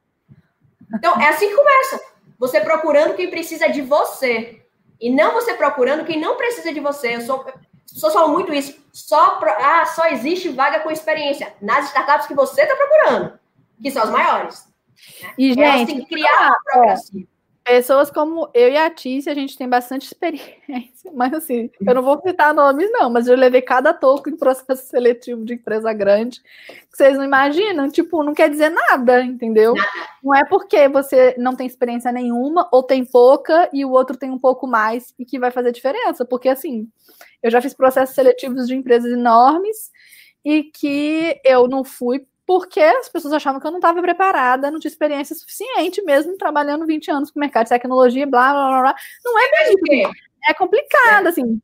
Então, é assim que começa. Você procurando quem precisa de você. E não você procurando quem não precisa de você. As pessoas falam muito isso. Só existe vaga com experiência. Nas startups que você está procurando. Que são as maiores. E, gente, tem que criar uma burocracia. Pessoas como eu e a Tícia, a gente tem bastante experiência, mas assim, eu não vou citar nomes não, mas eu levei cada toco em processo seletivo de empresa grande, que vocês não imaginam, tipo, não quer dizer nada, entendeu? Não é porque você não tem experiência nenhuma, ou tem pouca, e o outro tem um pouco mais, e que vai fazer diferença, porque assim, eu já fiz processos seletivos de empresas enormes, e que eu não fui porque as pessoas achavam que eu não estava preparada, não tinha experiência suficiente, mesmo trabalhando 20 anos com o mercado de tecnologia, blá, blá, blá, blá. Não é bem isso. É complicado, assim.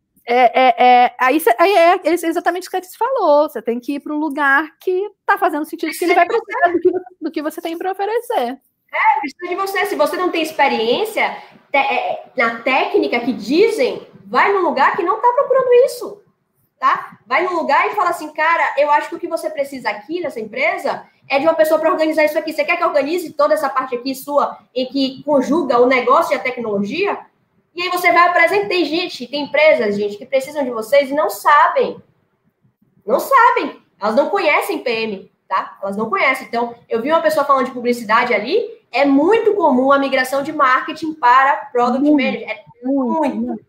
Aí é exatamente o que a Tícia falou. Você tem que ir para um lugar que está fazendo sentido, que ele vai precisar do que você tem para oferecer. Precisa de você. Se você não tem experiência na técnica que dizem, vai num lugar que não está procurando isso. Tá? Vai num lugar e fala assim, cara, eu acho que o que você precisa aqui nessa empresa é de uma pessoa para organizar isso aqui. Você quer que eu organize toda essa parte aqui sua em que conjuga o negócio e a tecnologia? E aí você vai apresentar. Tem empresas, gente, que precisam de vocês e não sabem. Não sabem. Elas não conhecem PM, tá? Elas não conhecem. Então, eu vi uma pessoa falando de publicidade ali, é muito comum a migração de marketing para Product Manager. É muito.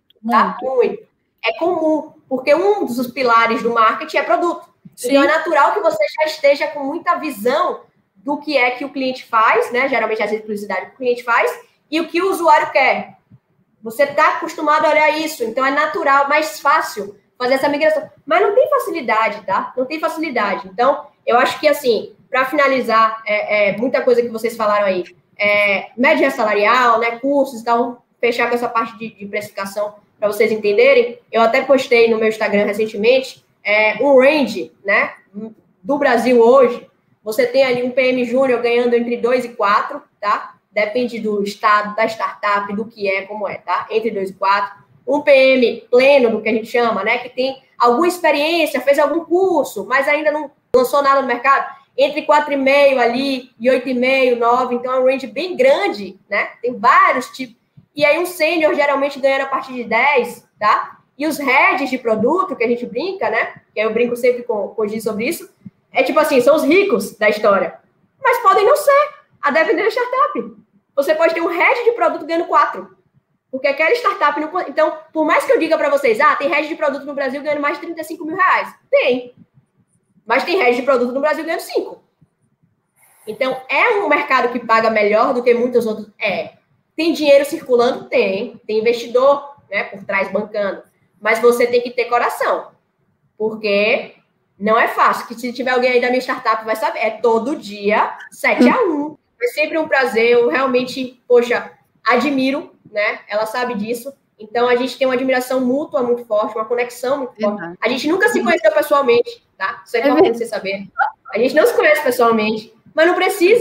É comum. Porque um dos pilares do marketing é produto. Sim. Então, é natural que você já esteja com muita visão do que é que o cliente faz, né? Geralmente, as publicidade que o cliente faz, e o que o usuário quer. Você está acostumado a olhar isso. Então, é natural, mais fácil fazer essa migração. Mas não tem facilidade, tá? Não tem facilidade. Então, eu acho que, assim, para finalizar, muita coisa que vocês falaram aí. Média salarial, né? Cursos, então, fechar com essa parte de precificação para vocês entenderem, eu até postei no meu Instagram recentemente um range, né, do Brasil hoje. Você tem ali um PM Júnior ganhando entre 2 e 4, tá? Depende do estado, da startup, do que como é, tá? Entre 2 e 4. Um PM pleno, do que a gente chama, né, que tem alguma experiência, fez algum curso, mas ainda não lançou nada no mercado, entre 4,5 ali e 8,5, 9, então é um range bem grande, né? Tem vários tipos. E aí um sênior geralmente ganha a partir de 10, tá? E os heads de produto, que a gente brinca, né? Que eu brinco sempre com o Gi sobre isso, tipo assim, são os ricos da história. Mas podem não ser, a depender da startup. Você pode ter um head de produto ganhando 4. Porque aquela startup não... Então, por mais que eu diga para vocês, tem head de produto no Brasil ganhando mais de 35 mil reais. Tem. Mas tem head de produto no Brasil ganhando 5. Então, é um mercado que paga melhor do que muitos outros. Tem dinheiro circulando? Tem investidor, né, por trás bancando. Mas você tem que ter coração. Porque não é fácil. Que se tiver alguém aí da minha startup vai saber. É todo dia, 7-1. É sempre um prazer. Eu realmente, poxa, admiro, né? Ela sabe disso. Então, a gente tem uma admiração mútua muito forte, uma conexão muito forte. A gente nunca se conheceu pessoalmente, tá? Isso é importante você saber. A gente não se conhece pessoalmente. Mas não precisa.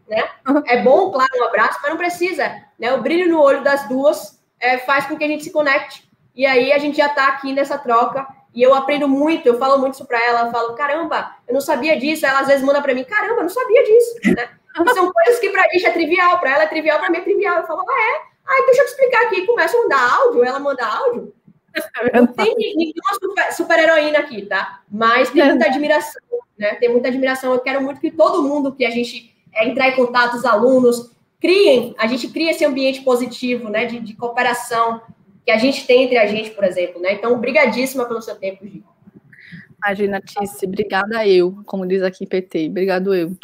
né? É bom, claro, um abraço, mas não precisa, né? O brilho no olho das duas faz com que a gente se conecte. E aí a gente já está aqui nessa troca. E eu aprendo muito, eu falo muito isso para ela. Eu falo, caramba, eu não sabia disso. Ela às vezes manda para mim, caramba, eu não sabia disso, né? E são coisas que para a gente é trivial, para ela é trivial, para mim é trivial. Eu falo, deixa eu te explicar aqui. Começa a mandar áudio, ela manda áudio. Não tem nenhuma super-heroína aqui, tá? Mas tem muita admiração, né? Tem muita admiração. Eu quero muito que todo mundo que a gente entrar em contato, os alunos, a gente cria esse ambiente positivo, né? De cooperação que a gente tem entre a gente, por exemplo, né? Então, obrigadíssima pelo seu tempo, Gi. Imagina, Tice, obrigada eu, como diz aqui PT, obrigado eu.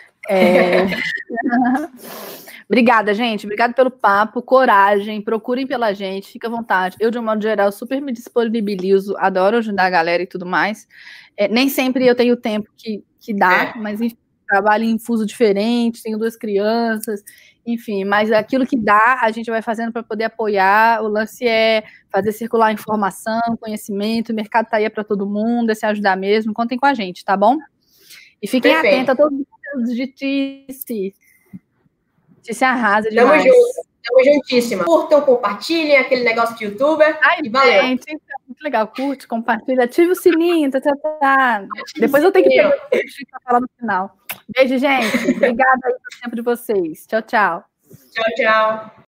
Obrigada, gente, obrigada pelo papo, coragem, procurem pela gente, fica à vontade. Eu, de um modo geral, super me disponibilizo, adoro ajudar a galera e tudo mais. Nem sempre eu tenho o tempo que dá, mas enfim, trabalho em fuso diferente, tenho 2 crianças, enfim, mas aquilo que dá, a gente vai fazendo para poder apoiar. O lance é fazer circular informação, conhecimento, o mercado está aí para todo mundo, é se ajudar mesmo, contem com a gente, tá bom? E fiquem atentos a todos os conteúdos de Tice. Tice arrasa demais. Tamo juntíssima. Curtam, compartilhem aquele negócio de youtuber. E valeu. Gente, muito legal. Curte, compartilha, ative o sininho, tá. Depois eu tenho que pegar para falar no final. Beijo, gente. Obrigada aí pelo tempo de vocês. Tchau, tchau. Tchau, tchau.